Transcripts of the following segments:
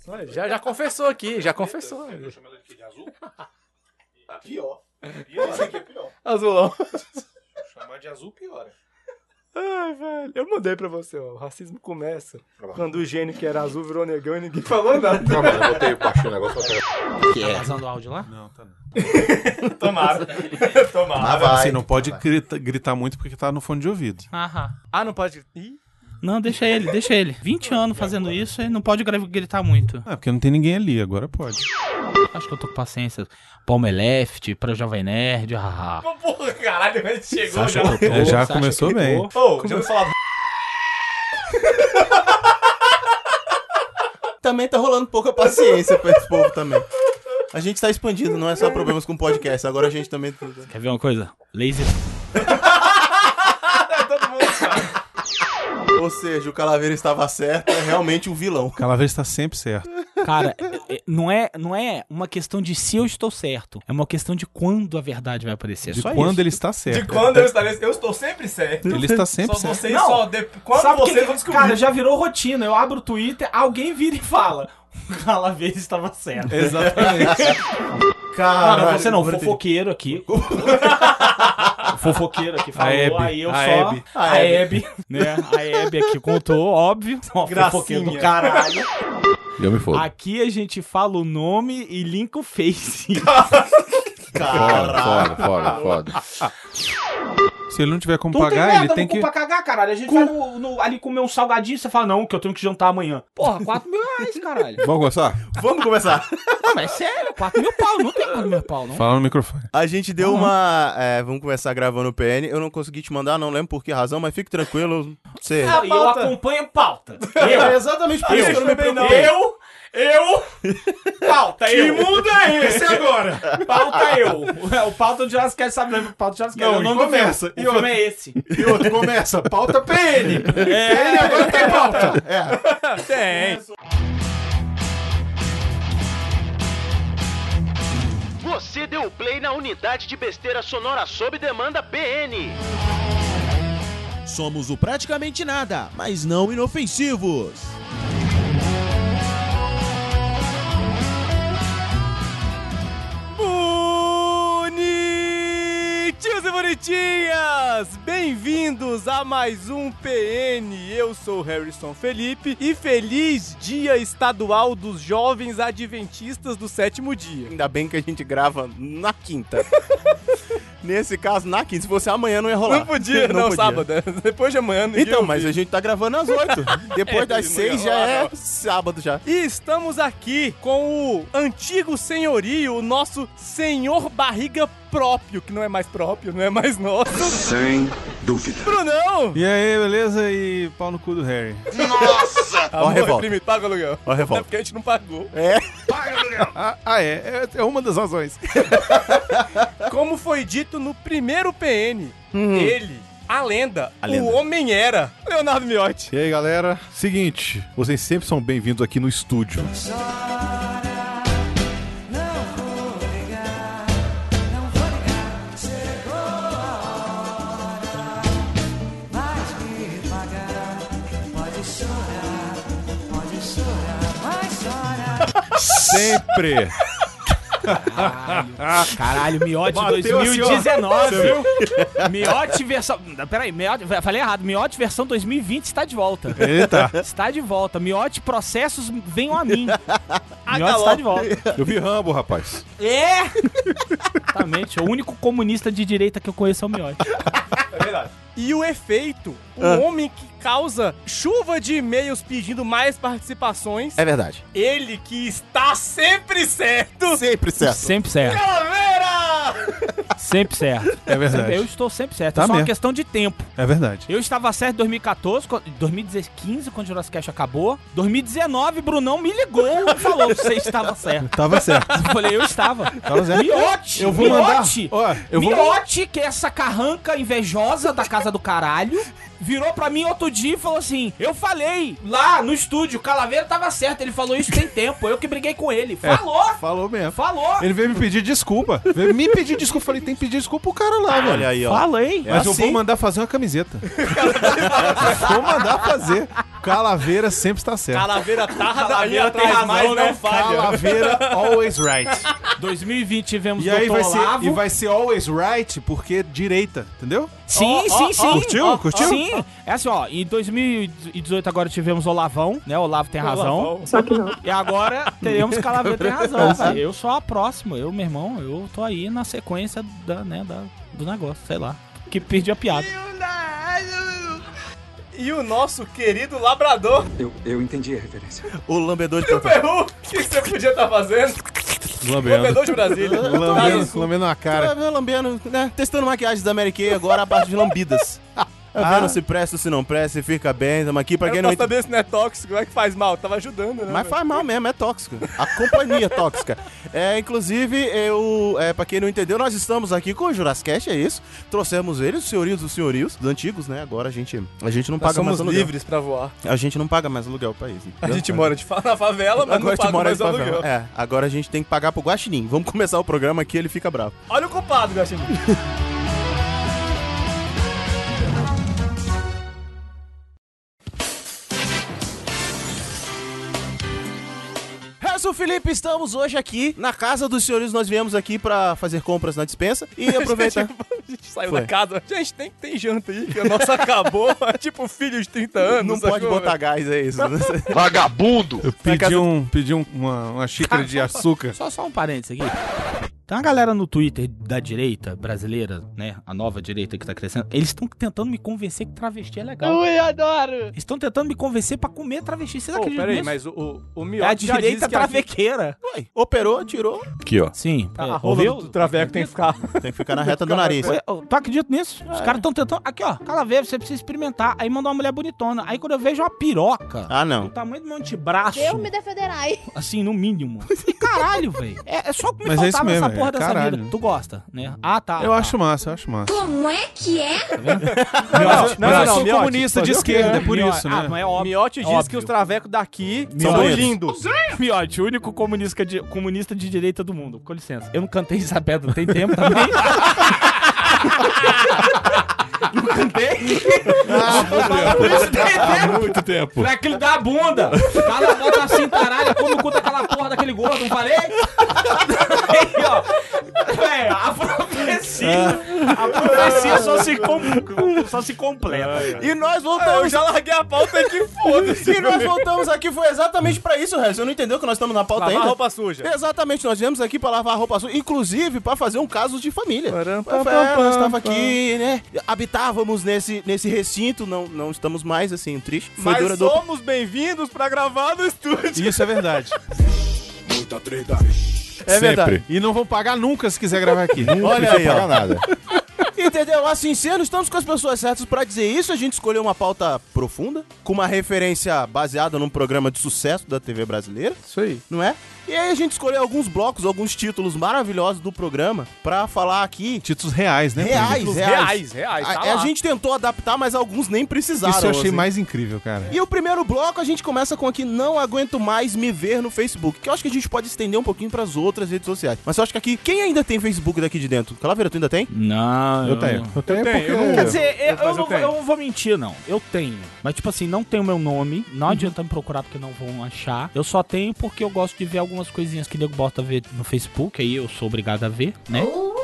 Já confessou aqui, já confessou. Eu chamo ela de azul? Pior. Esse aqui é pior. Azulão. Chamar de azul piora. Ai, velho. Eu mudei pra você, ó. O racismo começa quando o gênio que era azul virou negão e ninguém falou nada. Calma, eu botei baixo o negócio. Tá vazando o áudio lá? Não, tá não. Tomara. Mas vai. Assim, não pode gritar muito porque tá no fone de ouvido. Aham. Ah, não pode... Ih. Não, deixa ele. 20 anos fazendo isso e não pode gritar muito. É, porque não tem ninguém ali, agora pode. Acho que eu tô com paciência. Palmer Left, pra Jovem Nerd, haha. Porra, caralho, a gente chegou Sasha já. Cotô, Já Sasha começou Cotô. bem. Ô, já ouviu falar... Também tá rolando pouca paciência pra esse povo também. A gente tá expandindo, não é só problemas com podcast. Agora a gente também... Quer ver uma coisa? Laser. Todo mundo sabe. Ou seja, o Calaveira estava certo, é realmente um vilão. Calaveira está sempre certo. Cara, não é uma questão de se eu estou certo. É uma questão de quando a verdade vai aparecer. De Só quando isso. ele está certo. De quando eu estarei... Eu estou sempre certo. Ele está sempre Só certo. vocês Não. só... Quando Sabe vocês que, vão descobrir. cara, já virou rotina. Eu abro o Twitter, alguém vira e fala. O Calaveira estava certo. Exatamente. Caralho, Não, você não, agora fofoqueiro aqui. O fofoqueiro aqui falou, Hebe, aí eu a só... Hebe. A Hebe, né? A Hebe aqui contou, óbvio. Ó, fofoqueiro do caralho. Eu me fodo. Aqui a gente fala o nome e linka o Face. Foda. Se ele não tiver como Tu não tem pagar, merda ele tem no cu que... pra cagar, caralho. A gente vai ali comer um salgadinho, você fala, não, que eu tenho que jantar amanhã. Porra, 4 mil reais, caralho. Vamos começar? Vamos começar. Não, mas é sério, 4 mil pau. Não tem 4 mil pau, não. Fala no microfone. A gente deu uma... vamos começar gravando o PN. Eu não consegui te mandar, não lembro por que razão, mas fique tranquilo. Você... Ah, e eu acompanho pauta. É exatamente por isso que eu não me preocupei. Pauta, eu. Que mundo é esse agora? Pauta eu. O pauta do Jurassic Cast, sabe? Lembra o pauta do Jurassic Cast? Não, O nome do começa. filme. O filme é esse. E outro começa. Pauta PN. PN agora tem pauta. Tem. Você deu play na unidade de besteira sonora sob demanda PN. Somos o praticamente nada, mas não inofensivos. Bonitinhos e bonitinhas! Bem-vindos a mais um PN. Eu sou o Harrison Felipe e feliz Dia Estadual dos Jovens Adventistas do Sétimo Dia. Ainda bem que a gente grava na quinta. Nesse caso, na quinta. Se fosse amanhã, não ia rolar. Não podia, não, sábado. Depois de amanhã. Então, mas a gente tá gravando às 8. Depois das não ia 6 já rolar, é não. sábado já. E estamos aqui com o antigo senhorio, o nosso senhor barriga próprio, que não é mais próprio, não é mais nosso. Sem dúvida. Brunão! E aí, beleza? E pau no cu do Harry. Ó a revolta. Reprimido, paga o aluguel. Ó a revolta. É porque a gente não pagou. É uma das razões. Como foi dito no primeiro PN, ele, a lenda, lenda. o homem era Leonardo Miotti. E aí, galera? Seguinte, vocês sempre são bem-vindos aqui no estúdio. Sempre! Caralho, Miotti Bateu 2019. Miotti versão... Peraí, falei errado. Miotti versão 2020 está de volta. Eita! Está de volta. Miotti, processos venham a mim. Miotti está de volta. Eu vi Rambo, rapaz. É! Exatamente. O único comunista de direita que eu conheço é o Miotti. É verdade. E o efeito, o homem que causa chuva de e-mails pedindo mais participações, É verdade. ele que está sempre certo. Sempre certo. Sempre certo. Calaveira! Sempre certo. É verdade. Eu estou sempre certo. Tá É só uma mesmo. questão de tempo. É verdade. Eu estava certo em 2014, 2015, quando o Jurassic Cast acabou. 2019, Brunão me ligou e falou: você estava certo. Tava certo. Eu falei, eu estava. Tava certo. Miotti! Eu vou mandar. Miotti! Ó, eu vou. Miotti, que é essa carranca invejosa da casa do caralho, virou pra mim outro dia e falou assim: eu falei lá no estúdio, o Calaveira tava certo. Ele falou isso tem tempo, eu que briguei com ele. Falou! Falou mesmo. Falou! Ele veio me pedir desculpa. Veio me pedir desculpa. Falei, tem que pedir desculpa pro cara lá, velho. Olha aí, ó. Falei! Mas eu assim? vou mandar fazer uma camiseta. Vou mandar fazer. Calaveira sempre está certo. Calaveira tarda ali Calaveira tem atrás, razão, mas né? não falha. Calaveira always right. 2020 tivemos E aí Dr. Olavo. vai ser always right porque direita, entendeu? Sim, sim, sim. Curtiu? Curtiu? Sim. É assim, ó, em 2018 agora tivemos Olavão, né? Olavo tem razão. Só que não. E agora teremos Calaveira tem razão. Velho. Eu sou a próxima, meu irmão, eu tô aí na sequência do negócio, sei lá. Que perdi a piada. E o nosso querido labrador, Eu entendi a referência. O lambedor de o papel. Peru, o que você podia estar fazendo? Lambendo. Lambedor de Brasília. Lambendo a cara. Lambendo, né? Testando maquiagens da Mary Kay, agora a parte de lambidas. Vendo se presta, se não presta, se fica bem. Estamos aqui pra quem não Eu saber se não é tóxico, como é que faz mal? Tava ajudando, né? Mas faz mal mesmo, é tóxico. A companhia é tóxica. Inclusive, pra quem não entendeu, nós estamos aqui com o Jurassicast, é isso. Trouxemos eles, os senhorios, dos antigos, né? Agora a gente não paga mais somos aluguel. livres pra voar. A gente não paga mais aluguel pra isso. A gente mora na favela, mas Agora não paga mais de favela. aluguel. Agora a gente tem que pagar pro Guaxinim. Vamos começar o programa aqui, ele fica bravo. Olha o culpado, Guaxinim. Eu sou o Felipe, estamos hoje aqui na casa dos senhores. Nós viemos aqui pra fazer compras na dispensa e aproveitar. A gente saiu da casa. Gente, tem janta aí, que a nossa acabou. É tipo filho de 30 anos. Não pode sacou, botar gás, é isso. Vagabundo! Eu pedi uma xícara de açúcar. Só um parênteses aqui. Tem uma galera no Twitter da direita brasileira, né? A nova direita que tá crescendo. Eles estão tentando me convencer que travesti é legal. Ui, adoro! Eles estão tentando me convencer pra comer travesti. Vocês acreditam Peraí, nisso? mas o É a Miotti já direita disse que aqui, travequeira. Ué, operou, tirou. Aqui, ó. Sim. a rola do traveco tem que ficar... Tem que ficar na reta do nariz. Ué, tu acredita nisso? Os caras estão tentando... Aqui, ó. Calaveira, você precisa experimentar. Aí mandou uma mulher bonitona. Aí quando eu vejo uma piroca... Ah, do não. tamanho do meu antebraço. Deus me defenderai. Assim, no mínimo. E caralho, velho. É só que me Mas é isso faltava essa mesmo, porra é dessa caralho. vida. Tu gosta, né? Ah, tá. Eu acho massa, eu acho massa. Como é que é? Mas eu sou Miotti, comunista de fazer o quê, esquerda, né? é por isso, Ah, né? mas é óbvio. Miotti diz Óbvio. que os travecos daqui São são bonitos. lindos. Miotti, o único comunista de direita do mundo. Com licença. Eu não cantei essa pedra, tem tempo também? Não cantei? Há muito tempo. Foi aquele da bunda. O cara bota assim, caralho, come o cu daquela porra daquele gordo, não falei? Aí, ó. Véi, a profecia só se completa. E nós Eu voltamos. já larguei a pauta aqui, foda-se. E nós voltamos aqui, foi exatamente pra isso, Rez. Você não entendeu que nós estamos na pauta Lavar ainda? roupa suja. Exatamente, nós viemos aqui pra lavar a roupa suja, inclusive pra fazer um caso de família. pam, Nós estava aqui, né? Habitávamos nesse recinto, não estamos mais assim, triste. Foi Mas duradouro. somos bem-vindos pra gravar no estúdio. Isso é verdade. Muita treta. É verdade. E não vão pagar nunca se quiser gravar aqui. Olha aí, ó. pagar nada. Entendeu? Assim sendo, estamos com as pessoas certas pra dizer isso. A gente escolheu uma pauta profunda, com uma referência baseada num programa de sucesso da TV brasileira, Isso aí. não é? E aí a gente escolheu alguns blocos, alguns títulos maravilhosos do programa pra falar aqui. Títulos reais, né? Reais. Tá A lá. gente tentou adaptar, mas alguns nem precisaram. Isso eu achei assim. mais incrível, cara. E o primeiro bloco a gente começa com aqui, não aguento mais me ver no Facebook, que eu acho que a gente pode estender um pouquinho pras outras redes sociais. Mas eu acho que aqui, quem ainainda tem Facebook daqui de dentro? Calaveira, tu ainda tem? Não, Eu tenho porque... Quer dizer, Mas eu tenho. eu não vou mentir, não. Eu tenho. Mas, tipo assim, não tem o meu nome. Não adianta me procurar porque não vão achar. Eu só tenho porque eu gosto de ver algumas coisinhas que o nego bota a ver no Facebook. Aí eu sou obrigado a ver, né?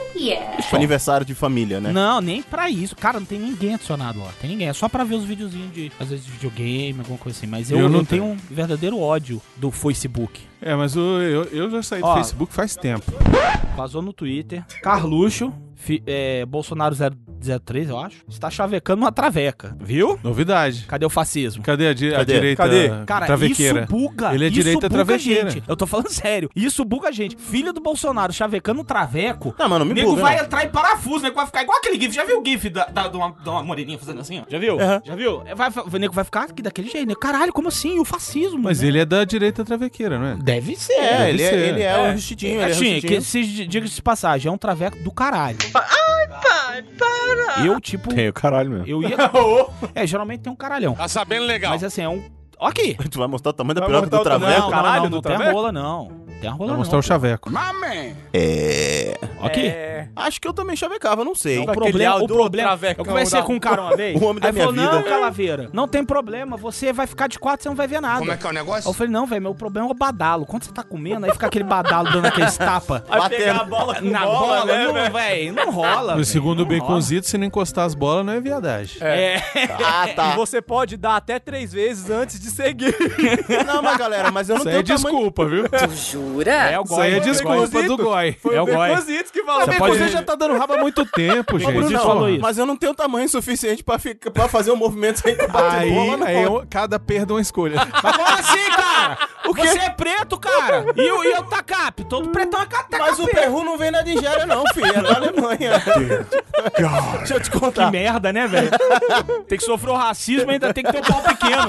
Tipo, aniversário de família, né? Não, nem pra isso. Cara, não tem ninguém adicionado lá. Tem ninguém. É só pra ver os videozinhos de, às vezes, de videogame, alguma coisa assim. Mas eu não tenho um verdadeiro ódio do Facebook. É, mas eu já saí do Ó. Facebook faz tempo. Vazou no Twitter. Carluxo, Bolsonaro 003, eu acho, está chavecando uma traveca. Viu? Novidade. Cadê o fascismo? Cadê a direita Cadê? Cara, travequeira? isso buga. Ele é isso direita buga travequeira. gente. Eu tô falando sério. Isso buga a gente. Filho do Bolsonaro chavecando um traveco. Não, mano, me O nego buga, vai não. entrar em parafuso, o nego vai ficar igual aquele gif. Já viu o gif de uma moreninha fazendo assim, ó? Já viu? Uhum. Já viu? O nego vai ficar aqui daquele jeito. Nego, caralho, como assim? O fascismo. Mas né? ele é da direita travequeira, não é? Deve ser. É, Deve ser. ele é o rustidinho, ele é Assim, rustidinho. que se diga-se de passagem, é um traveco do caralho. Ai, pai, para! Eu, tipo... Tem o caralho mesmo. Eu ia... geralmente tem um caralhão. Tá sabendo legal. Mas assim, é um... Ó aqui. Tu vai mostrar o tamanho da Vai piroca mostrar do o tamanho. traveco? Caralho, do não tem a traveco? rola, não. Tem a rola, Vai não. mostrar o chaveco. Ok? Acho que eu também chavecava, não sei. O problema, travecão eu conversei com um cara uma vez. O homem da aí minha falou, vida. não, Calaveira, não tem problema, você vai ficar de 4, você não vai ver nada. Como é que é o negócio? Aí eu falei, não, velho, meu problema é o badalo. Quando você tá comendo, aí fica aquele badalo dando aqueles tapas Vai pegar a bola com na bola, bola, né, não, velho? velho, não rola. No véio, segundo não baconzito, se não encostar as bolas, não é viadagem. Ah, E tá. você pode dar até 3 vezes antes de seguir. Não, mas galera, mas eu não Isso aí tenho é tamanho... desculpa, viu? É o Isso aí é desculpa do Goi. Foi É o o Goi. Baconzitos que falou. Você pode- Você já tá dando rabo há muito tempo, gente. Bruno, Você não, falou isso. mas eu não tenho tamanho suficiente pra fazer um movimento sem bater bola, não. Cada perda é uma escolha. Mas como assim, cara? Você é preto, cara. E o Takap? Todo pretão é Takap. Mas o Peru não vem da Nigéria, não, filho. É da Alemanha. Deixa eu te Que contar. merda, né, velho? Tem que sofrer o racismo e ainda tem que ter um pau pequeno.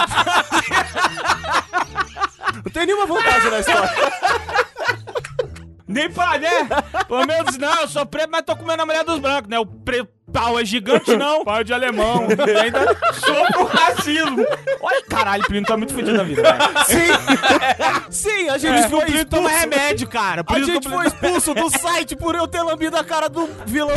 Não tem nenhuma vantagem na história. Nem pra, né? Pelo menos, não, eu sou preto, mas tô comendo a mulher dos brancos, né? O pau é gigante, não. Pau é de alemão. E ainda sofro o racismo. Olha, caralho, o Plínio tá muito fudido na vida, velho. Sim, a gente O foi Plínio toma expulso. remédio, cara. Por A isso que gente o foi Plínio- expulso do site por eu ter lambido a cara do vilão.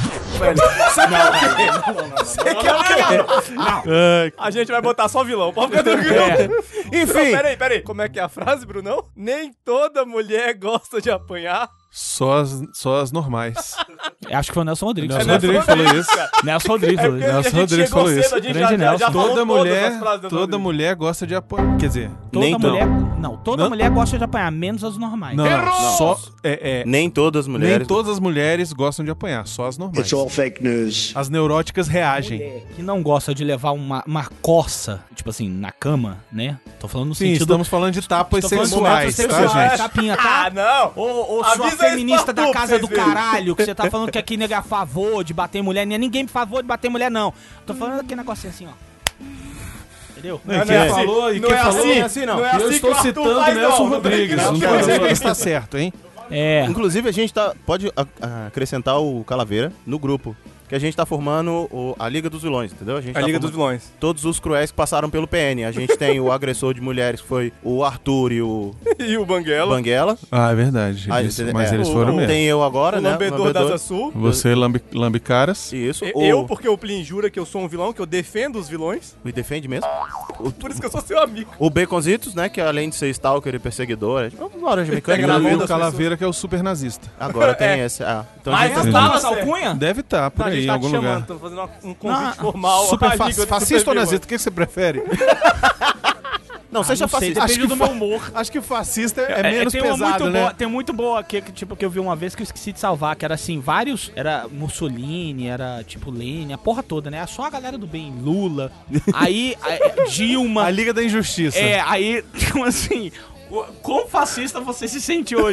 A gente vai botar só vilão. Pode ficar tranquilo. Enfim, Peraí. Como é que é a frase, Brunão? Nem toda mulher gosta de apanhar. Só as normais. Acho que foi o Nelson Rodrigues. Nelson Rodrigues falou isso. Nelson Rodrigues falou isso. porque Nelson Rodrigues falou isso. A gente Grande já Nelson. falou Toda todas mulher, as frases do toda Rodrigues. mulher gosta de apoio. Quer dizer, Nem Toda mulher... Não, toda mulher gosta de apanhar, menos as normais. não, só nem todas as mulheres. nem todas as mulheres gostam de apanhar, só as normais. It's all fake news. As neuróticas reagem. Mulher que não gosta de levar uma coça, tipo assim, na cama, né? Tô falando no Sim, sentido... estamos falando de tapas Tô falando de sexuais, momentos tá, sexuais, gente? Tapinha, tá? Ah, não. Ô, sua Avisa isso feminista pra da tu, casa pra do vocês verem. caralho, que você tá falando que aqui nega é a favor de bater em mulher, não é ninguém a favor de bater em mulher, não. Tô falando aquele negocinho assim, ó. Entendeu? E quem falou, e Não quem é falou, assim, é assim, não. não é eu assim estou que o Arthur citando faz, Nelson não. Rodrigues. Não Não quer quer dizer dizer que está certo, hein? É. Inclusive, a gente pode acrescentar o Calaveira no grupo. Que a gente tá formando a Liga dos Vilões, entendeu? A gente A tá Liga dos formando Vilões. todos os cruéis que passaram pelo PN. A gente tem o agressor de mulheres, que foi o Arthur e o E o Banguela. Banguela. Ah, é verdade. Ah, Mas eles o- foram mesmo. Tem eu agora, O né? lambedor da Asa Sul. Você lambe caras. Isso. Eu, porque o Plin jura que eu sou um vilão, que eu defendo os vilões. Me defende mesmo. Por isso que eu sou seu amigo. O Baconzitos, né? Que além de ser stalker e perseguidor, é tipo uma laranja Pega mecânica. na E mão o das Calaveira, que é o super nazista. Agora tem É. esse. Então Mas a gente tá tá... Thomas certo. Alcunha? Deve estar por Não, a aí, gente em tá te algum chamando, lugar. estamos fazendo um convite formal. Super à Liga dos fascista ou Supervilões. nazista? O que você prefere? Não, seja Não sei, fascista. depende do meu humor. Acho que fascista é menos tem uma pesado, muito né? boa, tem muito boa que tipo que eu vi uma vez que eu esqueci de salvar, que era assim, vários, era Mussolini, era tipo Lenin, a porra toda, né? Só a galera do bem, Lula. Aí Dilma. A Liga da Injustiça. Aí, tipo assim, quão fascista você se sente hoje?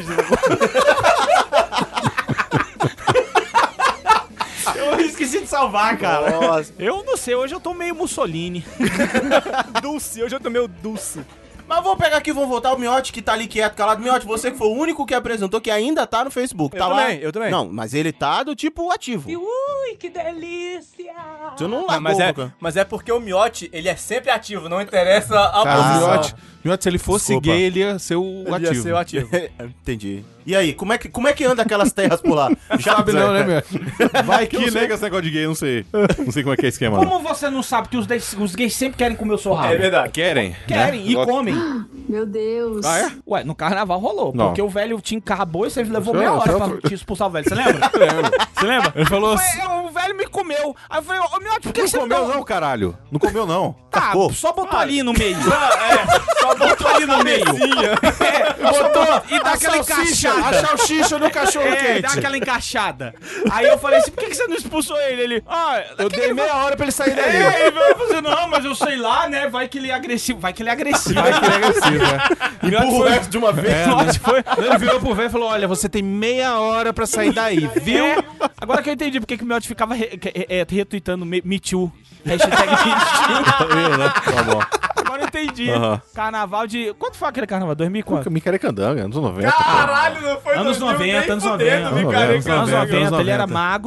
Eu esqueci de salvar, cara. Nossa. Eu não sei, hoje eu tô meio Mussolini. Dulce, hoje eu tô meio dulce. Mas vamos pegar aqui e vamos voltar o Miotti, que tá ali quieto, calado. Miotti, você que foi o único que apresentou, que ainda tá no Facebook. Eu Tá também, lá? eu também. Não, mas ele tá do tipo ativo. Ui, que delícia! Tu não Ah, largou, mas, mas é porque o Miotti, ele é sempre ativo, não interessa a Cara, posição. Miotti, se ele fosse Desculpa. gay, ele ia ser o Ele ia ativo. ser o ativo. Entendi. E aí, como é que anda aquelas terras por lá? Já Sabe não, né, Miotti? Vai que nega esse negócio de gay, não sei. Não sei como é que é o esquema. Como você não sabe que os gays sempre querem comer o seu rabo? É verdade. Querem? Querem e comem. Meu Deus. Ah, é? Ué, no carnaval rolou, Não. porque o velho te encabou e você levou Não, meia hora só- pra te expulsar o velho, você lembra? Você lembra? Ele falou O velho me comeu. Aí eu falei, ô Miotti, por que Não você comeu não... não, caralho. Não comeu não. Tá, Tacou. só botou ali no meio. Só botou ali no meio. Botou e dá aquela a encaixada. salsicha no cachorro É, dá quente. aquela encaixada. Aí eu falei assim, por que você não expulsou ele? Ele, Eu dei meia hora pra ele sair dali. É, ele falou assim, não, mas eu sei lá, né, vai que ele é agressivo. Vai que ele é agressivo. Vai que ele é agressivo, né? Empurra o resto de uma vez. Miotti foi... Ele virou pro velho e falou, olha, você tem meia hora pra sair daí, viu? É, agora que eu entendi porque que o Miotti ficava retweetando Me Too. Hashtag Me Too. Tá bom. Agora eu entendi. Aham. Carnaval de... Quanto foi aquele carnaval? 2000 e quanto? Micarecandanga, anos 90. Caralho, não foi Anos 2000, 90, nem anos fudendo, 90. Micareca. Anos 90, ele 90. era magro.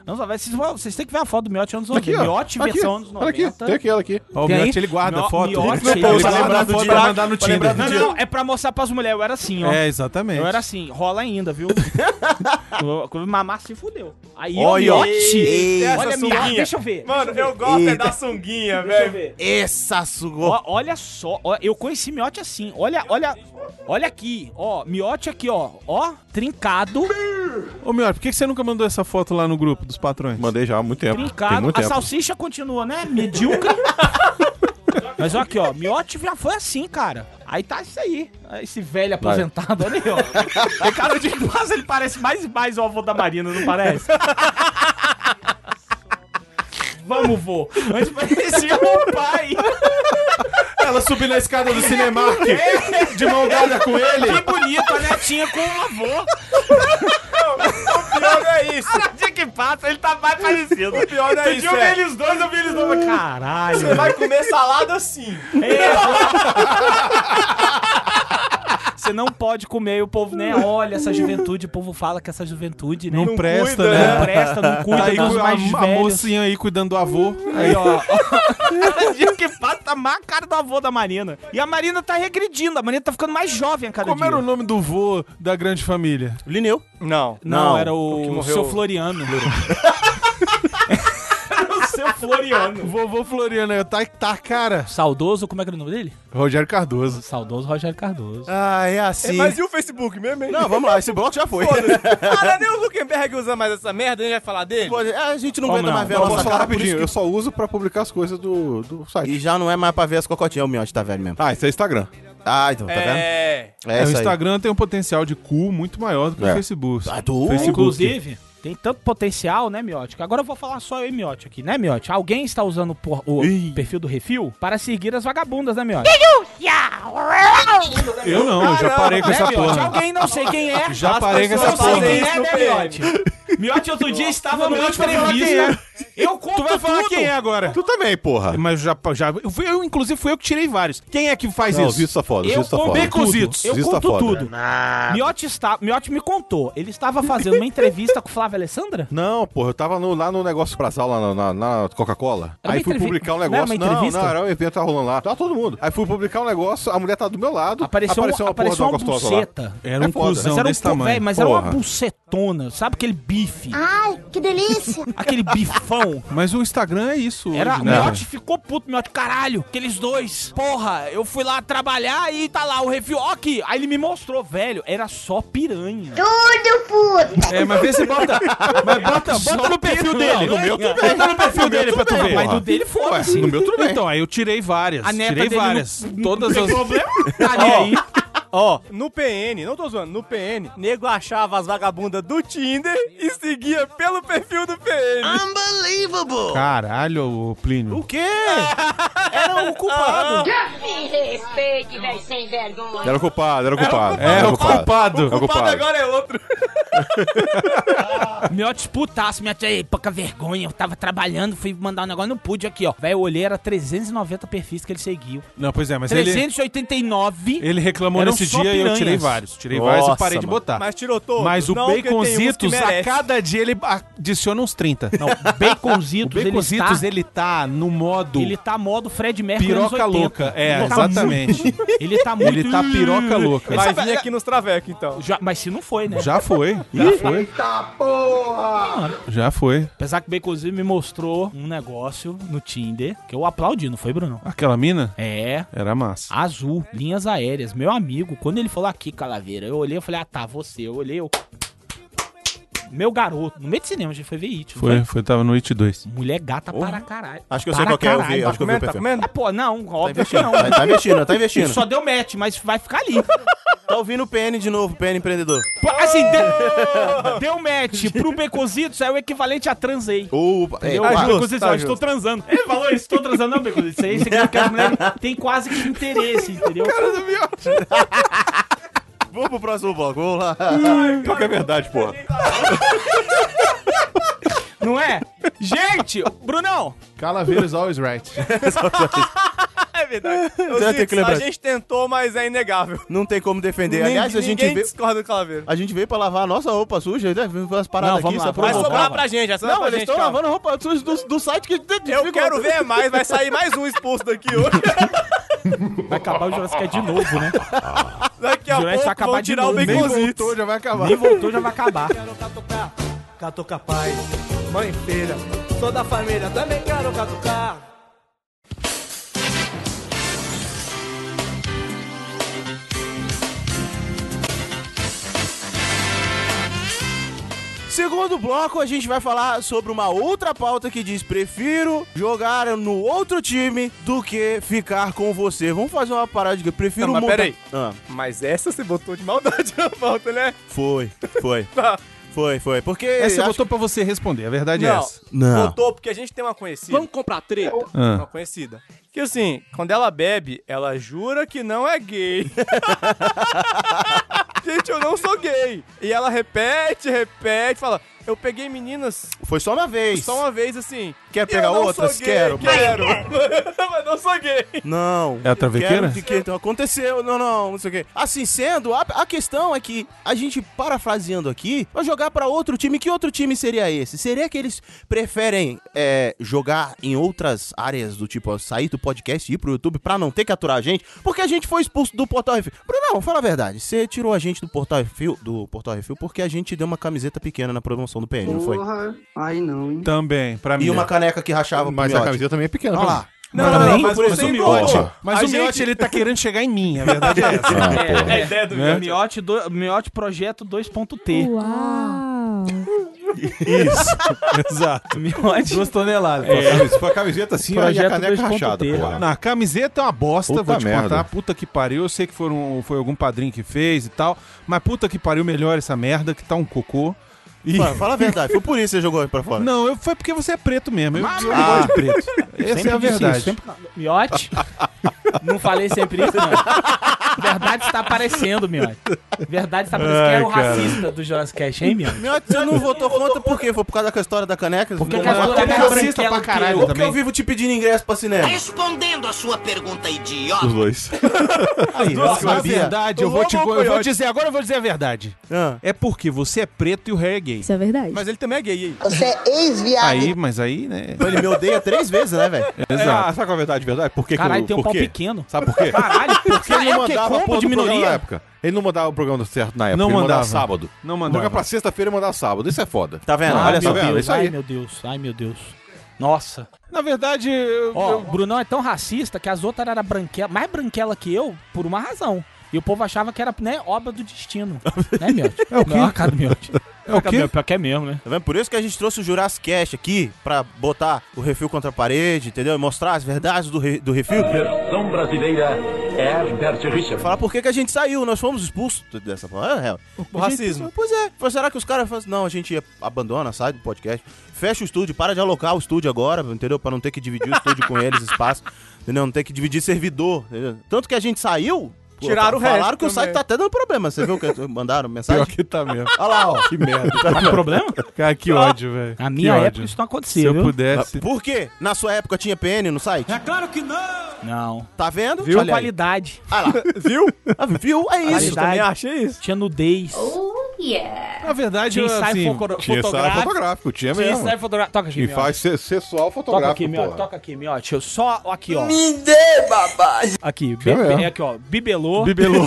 Não, vocês têm que ver a foto do Miotti anos 90. Aqui, ó. Miotti Aqui, versão anos 90. Olha aqui, tem aquela aqui. Ó, o Tem aí? Miotti, ele guarda a foto. Miotti, Ele ele vai vai mandar do foto dia. pra mandar no Pra lembrar Tinder. do Não, é pra mostrar pras mulheres. Eu era assim, ó. É, exatamente. Eu era assim, rola ainda, viu? Quando mamar se fudeu. Aí Olha, o ó. Miotti. Essa Olha, sunguinha. deixa eu ver. Mano, eu gosto é da sunguinha, Deixa eu velho. ver. Essa sugou. Olha só, ó, eu conheci Miotti assim. Olha aqui, ó. Miotti aqui, ó. Ó, trincado. Ô, Miotti, por que você nunca mandou essa foto lá no grupo dos patrões? Mandei já há muito tempo. Tem Trincado. muito A tempo. salsicha continua, né? Medíocre. Mas ó, aqui, ó. Miotti já foi assim, cara. Aí tá isso aí. Esse velho aposentado, olha aí, ó. Tem cara de quase, ele parece mais o avô da Marina, não parece? Vamos, vô. Antes parecia o pai. Ela subindo a escada do Cinemark, de mão dada com ele. Que bonito, a netinha com o avô. O pior é isso. Cada dia que passa, ele tá mais parecido. O pior é isso, é. Eu vi eles dois. Caralho. Você vai comer salada assim. Você não pode comer e o povo, né? Olha essa juventude, o povo fala que essa juventude, né? Não presta, cuida, né? Não presta, não cuida Aí dos mais a velhos. mocinha aí cuidando do avô. Aí, ó. Cada dia que passa, tá mais a cara do avô da Marina. E a Marina tá regredindo, a Marina tá ficando mais jovem a cada Como dia. era o nome do vô da grande família? Lineu. Não. Não, era que o morreu. seu Floriano. Era o seu Floriano. Vovô Floriano, tá cara. Saudoso, como é que era o nome dele? Rogério Cardoso. Saudoso Rogério Cardoso. Ah, é assim. Mas e o Facebook mesmo, hein? Não, vamos lá, esse bloco já foi. Cara, nem o Zuckerberg usa mais essa merda, a gente vai falar dele? Pô, a gente não Como aguenta não? mais ver a Não, nossa posso falar cara, por rapidinho. isso Eu só uso pra publicar as coisas do site. E já não é mais pra ver as cocotinhas. O Miotti tá velho mesmo. Ah, isso é Instagram. Ah, então, tá vendo? É. É o isso aí. Instagram tem um potencial de cu muito maior do que o É. Facebook. Ah, tu? Facebook. Inclusive, tem tanto potencial, né, Miotti? Que agora eu vou falar só eu e Miotti aqui, né, Miotti? Alguém está usando o perfil do Refil para seguir as vagabundas, né, Miotti? Eu não, eu já parei com Né, essa Miotti? porra. Alguém, não sei quem é. Já As parei com essa pessoas Não sei porra. fazem quem isso é, no né, Miotti? Miotti outro dia estava numa entrevista. Eu conto Tu vai falar tudo. quem é agora? Tu também, porra. Mas inclusive fui eu que tirei vários. Quem é que faz Não, isso? vi essa foto, vi Eu essa conto foto. Baconzitos. tudo. Eu Isso tá conto foda. tudo. Miotti me contou. Ele estava fazendo uma entrevista com Flávia Alessandra? Não, porra, eu tava lá no negócio praçal, lá na Coca-Cola. Era Aí uma fui entrevi- publicar um não era negócio. uma entrevista? Não, era um evento que tá rolando lá. Tava todo mundo. Aí fui publicar um negócio, a mulher tá do meu lado. Apareceu uma porra uma de uma gostosa lá. buceta. Era um foda. cuzão Mas era desse tamanho. mas era uma Porra. bucetona. Sabe aquele bife? Ai, que delícia! Aquele bifão. Mas o Instagram é isso hoje, Era, né? Miotti ficou puto, Miotti, caralho, aqueles dois. Porra, eu fui lá trabalhar e tá lá o refil, ó aqui. Aí ele me mostrou, velho, era só piranha. Tudo puto! É, mas vê se bota. Mas bota no perfil dele. No meu tudo bem. Bota no perfil dele pra tu ver. Mas do dele foda-se. No meu tudo bem. Então, aí eu tirei várias. A neta Tirei dele várias. não Todas tem as. problema. Tá nem aí. Ó, no PN, não tô zoando, no PN, nego achava as vagabundas do Tinder e seguia pelo perfil do PN. Unbelievable! Caralho, ô Plínio. O quê? Era o culpado. Me respeite, velho sem vergonha! Era o culpado. É o culpado. É o O culpado culpado. agora é outro. Miotti putaço, Miotti, aí, pouca vergonha, eu tava trabalhando, fui mandar um negócio, não pude aqui, ó. Velho, eu olhei, era 390 perfis que ele seguiu. Não, pois é, mas 389. ele reclamou eram nesse só dia e eu piranhas. tirei vários. Tirei vários e Nossa, parei de mano. botar. Mas tirou todos. Mas o não, porque tem uns que Baconzitos, a merece. cada dia ele adiciona uns 30. Não, O Baconzitos, Baconzitos, ele ele tá no modo tá modo Fred Mercury piroca anos 80. louca. É, Ele tá exatamente. muito- ele tá muito... Ele tá piroca louca. Vai vir aqui nos Traveco, então. Mas se não foi, né? Já foi. Já foi. Já foi. Apesar que o Baconzitos me mostrou um negócio no Tinder que eu aplaudi, não foi, Bruno? Aquela mina É... era massa. Azul, linhas aéreas. Meu amigo, quando ele falou aqui, Calaveira, eu olhei e falei, ah tá, você. Eu olhei, meu garoto, no meio de cinema, a gente foi ver It. não Tava no It 2. Mulher gata para caralho. Acho que eu sei qual que é, eu vi, acho que eu vi o Tá perfil. comendo? Ah, pô, não, Tá óbvio que investindo, não. tá investindo, tá investindo. Só deu match, mas vai ficar ali. Tá ouvindo o PN de novo, PN empreendedor. Pô, assim, deu match pro Baconzitos, é o equivalente a transei. Opa, Entendeu? tá O justo, Baconzitos, tá ó, estou justo. transando. Ele falou isso, estou transando, não, Baconzitos. Isso aí significa que as mulheres têm quase que interesse, entendeu? Vamos pro próximo bloco, vamos lá. Pior que é verdade, porra. Não é? Gente, Brunão, Calaveira is always right. É verdade. Você vai ter que lembrar. A gente tentou, mas é inegável. Não tem como defender. Aliás, a gente Ninguém veio... discorda do Calaveiro. A gente veio pra lavar a nossa roupa suja, né? As paradas Não, aqui, vamos lá, só Vai provocar. sobrar pra gente, essa Não, eles estão calma. lavando a roupa suja do site que... Eu quero ver mais, vai sair mais um expulso daqui hoje. Vai acabar o Jurassic de novo, né? Daqui a Jurassic vai pouco acabar vão de tirar o novo. Nem baconzito. já vai acabar. Nem voltou, já vai acabar. Quero catucar, catuca pai, mãe filha, toda a família também quero catucar. Segundo bloco, a gente vai falar sobre uma outra pauta que diz: prefiro jogar no outro time do que ficar com você. Vamos fazer uma parada de... Prefiro Não, mas mudar... peraí. Ah, Mas essa você botou de maldade na pauta, né? foi. Tá. Foi. Porque... Essa acho- botou pra você responder, a verdade é Não. essa. Não. Botou porque a gente tem uma conhecida. Vamos comprar treta? Uma conhecida. Que assim, quando ela bebe, ela jura que não é gay. Gente, eu não sou gay. E ela repete, fala, eu peguei meninas Foi só uma vez. só uma vez assim. Quer E pegar eu não outras? sou gay, Quero. Mas não sou gay. Não. É a travequeira? Que então aconteceu. Não sei o quê. Assim sendo, a questão é que a gente, parafraseando aqui, vai jogar pra outro time. Que outro time seria esse? Seria que eles preferem jogar em outras áreas do tipo, sair do podcast e ir pro YouTube pra não ter que aturar a gente? Porque a gente foi expulso do Portal Refil. Brunão, fala a verdade. Você tirou a gente do Portal Refil porque a gente deu uma camiseta pequena na promoção do PN, não foi? Porra, aí não, hein? Também, pra mim. E uma caneca que rachava pro Mas a miote. camiseta também é pequena. Olha pra lá. mim. Não, mas Mas você o miote. miote. Mas A o miote, gente- ele tá querendo chegar em mim, a verdade é essa. É a ideia do miote. Miote Projeto 2.T. Uau! Isso, exato. Miote. 2 toneladas. Se for a camiseta assim, aí a Projeto caneca 2.T. rachada, porra. Não, a camiseta é uma bosta, Puta vou te merda. contar. Puta que pariu. Eu sei que foi algum padrinho que fez e tal. Mas puta que pariu, melhor essa merda, que tá um cocô. E... Fala a verdade, foi por isso que você jogou pra fora. Não, foi porque você é preto mesmo. Eu gosto de preto. Essa é a verdade. Miote? Não falei sempre isso, não. Verdade está aparecendo, Miote. Verdade está aparecendo. Quem era o racista do Jurassic Cast, hein, Miote? Miote, você não votou contra por quê? Foi por causa da história da caneca? Porque Não, a história porque da ele é caneca racista branquela pra caralho que eu- também. Porque eu vivo te pedindo ingresso pra cinema. Respondendo a sua pergunta idiota. Os dois. Aí, eu Na sabia. verdade, eu vou dizer, agora eu vou dizer a verdade. Ah. É porque você é preto e o Harry é gay. Isso é verdade. Mas ele também é gay aí. Você é ex-viado. Mas aí, né? Ele me odeia 3 vezes, né, velho? Exato. Sabe qual é a verdade? Por que Caralho, que tem um por pau quê? pequeno. Sabe por quê? Caralho, Porque ele não é o quê? mandava a Combo porra de do programa minoria? na época. Ele não mandava o programa certo na época. Não ele mandava mandava. sábado. Não Mandava mandava. pra sexta-feira e mandava sábado. Isso é foda. Tá vendo? Ai, Olha só. meu vendo? Deus, Isso aí. ai, meu Deus, ai, meu Deus. Nossa. Na verdade, Ó, o Brunão é tão racista que as outras eram mais branquela que eu, por uma razão. E o povo achava que era, né, obra do destino. Né, Miote? É o quê? Não, cara do Miote. É o quê? Pior que é mesmo, né? Tá vendo? Por isso que a gente trouxe o Jurassic Cast aqui, pra botar o refil contra a parede, entendeu? E mostrar as verdades do refil. Versão brasileira, Herbert Richard. Falar por que que a gente saiu, nós fomos expulsos dessa forma. O racismo. Pois é. Mas será que os caras falam assim, não, a gente abandona, sai do podcast, fecha o estúdio, para de alocar o estúdio agora, entendeu? Pra não ter que dividir o estúdio com eles, espaço, entendeu? Não ter que dividir servidor, entendeu? Tanto que a gente saiu... Tiraram o Falaram resto que o site também. tá até dando problema. Você viu que mandaram mensagem? pior que tá mesmo. Olha lá, ó. Que merda. Tá com problema? Cara, que ódio, velho. Na minha Que época ódio. isso não Se acontecia, eu viu? pudesse. Por quê? Na sua época tinha PN no site? É claro que não! Não. Tá vendo? Viu? Olha aí. Qualidade. Ah lá. Viu? Ah, viu? É isso. Eu Qualidade. também achei isso. Tinha nudez. Oh, yeah. Na verdade, Tinha ensaio assim, Tinha ensaio fotográfico. Tinha Tinha mesmo. ensaio fotográfico. Toca aqui, E Miote. faz sexual Toca fotográfico, aqui, Miote. porra. Toca aqui, Miote. Eu só aqui, ó. Me dê, babá. Aqui, mesmo. aqui, ó. Bibelô. Bibelô.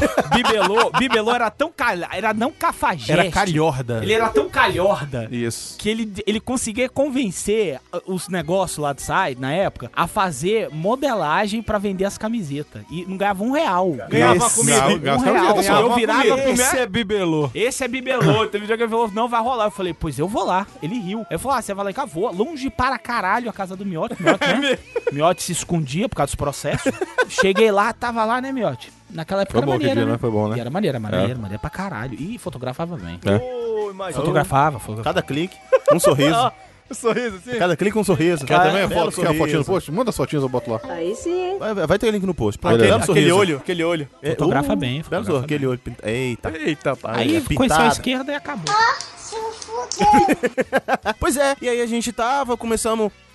Bibelô era tão era não cafajeste. Era calhorda. Ele era tão calhorda Isso. que ele conseguia convencer os negócios lá do site, na época, a fazer modelagem pra vender as camisetas. E não ganhava R$1. Ganhava comida. Não, R$1. gastava dinheiro. Eu virava pro Esse é bibelô. Esse é bibelô. Teve um dia que ele falou, não vai rolar. Eu falei, pois eu vou lá. Ele riu. Ele falou, você vai lá em cá, vou. Longe para caralho a casa do Miote. Miote, né? Miote se escondia por causa dos processos. Cheguei lá, tava lá, né, Miote? Naquela época Foi era bom maneira, aquele dia, né? né? Foi bom, né? E era maneira pra caralho. E fotografava bem. Ô, imagina. Fotografava. Cada clique, um sorriso. O sorriso assim. Cada clique, um sorriso. Quer também a Belo foto? Quer a fotinha no sorriso. post? Manda as fotinhas, eu boto lá. Aí sim. Vai ter link no post. Aquele- Belo Aquele sorriso. olho, aquele olho. Fotografa bem, Belo fotografa sorriso, aquele olho. Eita. Eita, pai. Aí Pitada. conheceu a esquerda e acabou. Pois é, e aí a gente começamos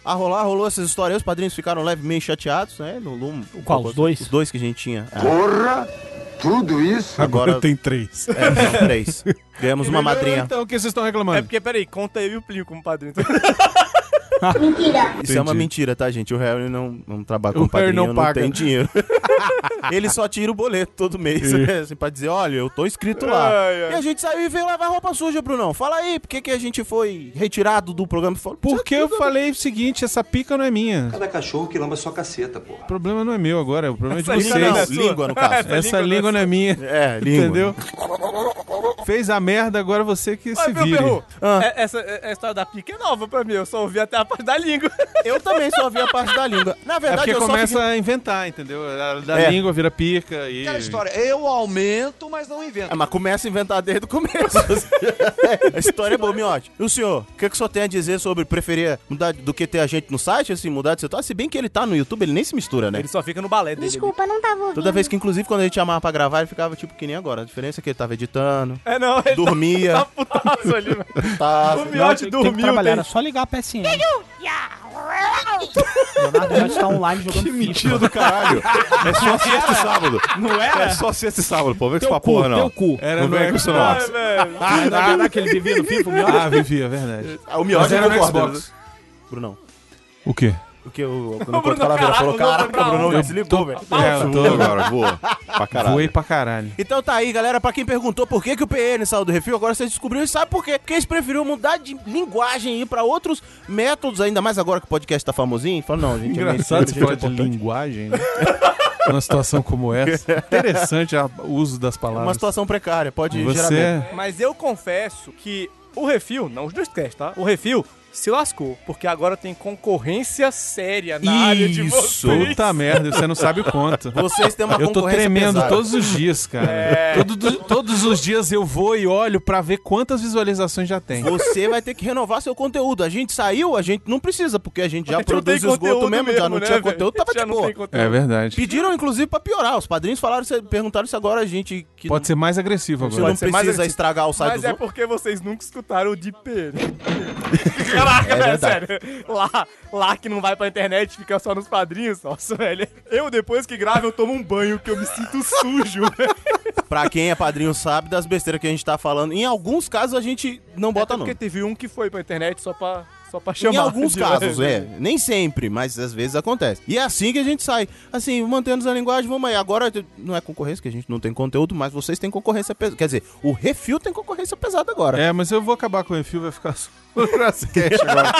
rolou essas histórias, os padrinhos ficaram levemente chateados, né? Qual, os dois? Os dois que a gente tinha. Porra! Tudo isso? Agora tem 3. São 3. Ganhamos uma madrinha. Então, o que vocês estão reclamando? É porque, peraí, conta eu e o Plínio como padrinho. Mentira. Isso é uma mentira, tá, gente? O Harry não trabalha com O Harry padrinho, não não paga. tem dinheiro. Ele só tira o boleto todo mês, assim, pra dizer, olha, eu tô inscrito lá. E a gente saiu e veio lavar roupa suja, Brunão. Fala aí, por que a gente foi retirado do programa? Porque eu falei o seguinte, essa pica não é minha. Cada cachorro que lamba sua caceta, pô. O problema não é meu agora, o problema é de Essa vocês. Língua, no caso. Essa língua não é minha. É, língua. Entendeu? Fez a merda, agora você que se meu vire. perro, essa história da pica é nova pra mim, eu só ouvi até a parte da língua. Eu também só vi a parte da língua. Na É verdade, porque eu começa só a inventar, entendeu? Da língua vira pica e... Aquela história, eu aumento, mas não invento. mas começa a inventar desde o começo. A história é boa, Miotti. E o senhor, o que o senhor tem a dizer sobre preferir mudar do que ter a gente no site, assim, mudar de setor? Se bem que ele tá no YouTube, ele nem se mistura, né? Ele só fica no balé dele. Desculpa, não tava ouvindo. Toda vez que, inclusive, quando a gente chamava pra gravar, ele ficava tipo que nem agora. A diferença é que ele tava editando, Não, ele dormia. tá putaço ali, velho. Tá, O Miotti Tem que dormiu, trabalhar, tem... era só ligar a PSN. Leonardo Miotti tá online jogando FIFA. mentira do caralho. É só sexta e sábado. Não era? É só sexta e sábado, pô. Vem com Teu essa cu, porra, não. teu cu. Era Não no vem com isso, Xbox. não. velho. Não é verdade que ele vivia no FIFA, o Miotti? Ah, vivia, verdade. O Miotti Mas era no concorda, Xbox. né? Brunão. O quê? Porque quando o Calaveira falou, caraca, o Brunão desligou, velho. Eu tô agora, voa. Pra caralho. Voei pra caralho. Então tá aí, galera, pra quem perguntou por que o PN saiu do refil, agora vocês descobriram e sabe por quê. Porque eles preferiram mudar de linguagem e ir pra outros métodos, ainda mais agora que o podcast tá famosinho. Falaram, não, gente, Engraçado você gente, falar de linguagem, né? Numa situação como essa. Interessante o uso das É palavras. uma situação precária, pode gerar Você medo. Mas eu confesso que o refil, não os dois cast, tá? O refil se lascou, porque agora tem concorrência séria na área de vocês. Puta merda, você não sabe o quanto. Vocês têm uma Eu tô concorrência tremendo pesada. todos os dias, cara. Todos os dias eu vou e olho pra ver quantas visualizações já tem. Você vai ter que renovar seu conteúdo. A gente saiu, a gente não precisa, porque a gente já produz esgoto mesmo, já não tinha conteúdo, tava de boa. É verdade. Pediram, inclusive, pra piorar. Os padrinhos perguntaram se agora a gente... Que Pode ser mais agressivo você agora. não precisa estragar o site Mas dos é outros. porque vocês nunca escutaram o de P. Caraca, É é verdade. sério. Lá que não vai pra internet, fica só nos padrinhos. Nossa, velho. Eu, depois que gravo, eu tomo um banho que eu me sinto sujo, velho. Pra quem é padrinho sabe das besteiras que a gente tá falando. Em alguns casos a gente não bota Porque nome. teve um que foi pra internet só pra chamar. Em alguns de casos, leve. Nem sempre, mas às vezes acontece. E é assim que a gente sai. Assim, mantendo a linguagem, vamos aí. Agora não é concorrência, que a gente não tem conteúdo, mas vocês têm concorrência pesada. Quer dizer, o refil tem concorrência pesada agora. É, mas eu vou acabar com o refil, vai ficar só o Jurassic agora.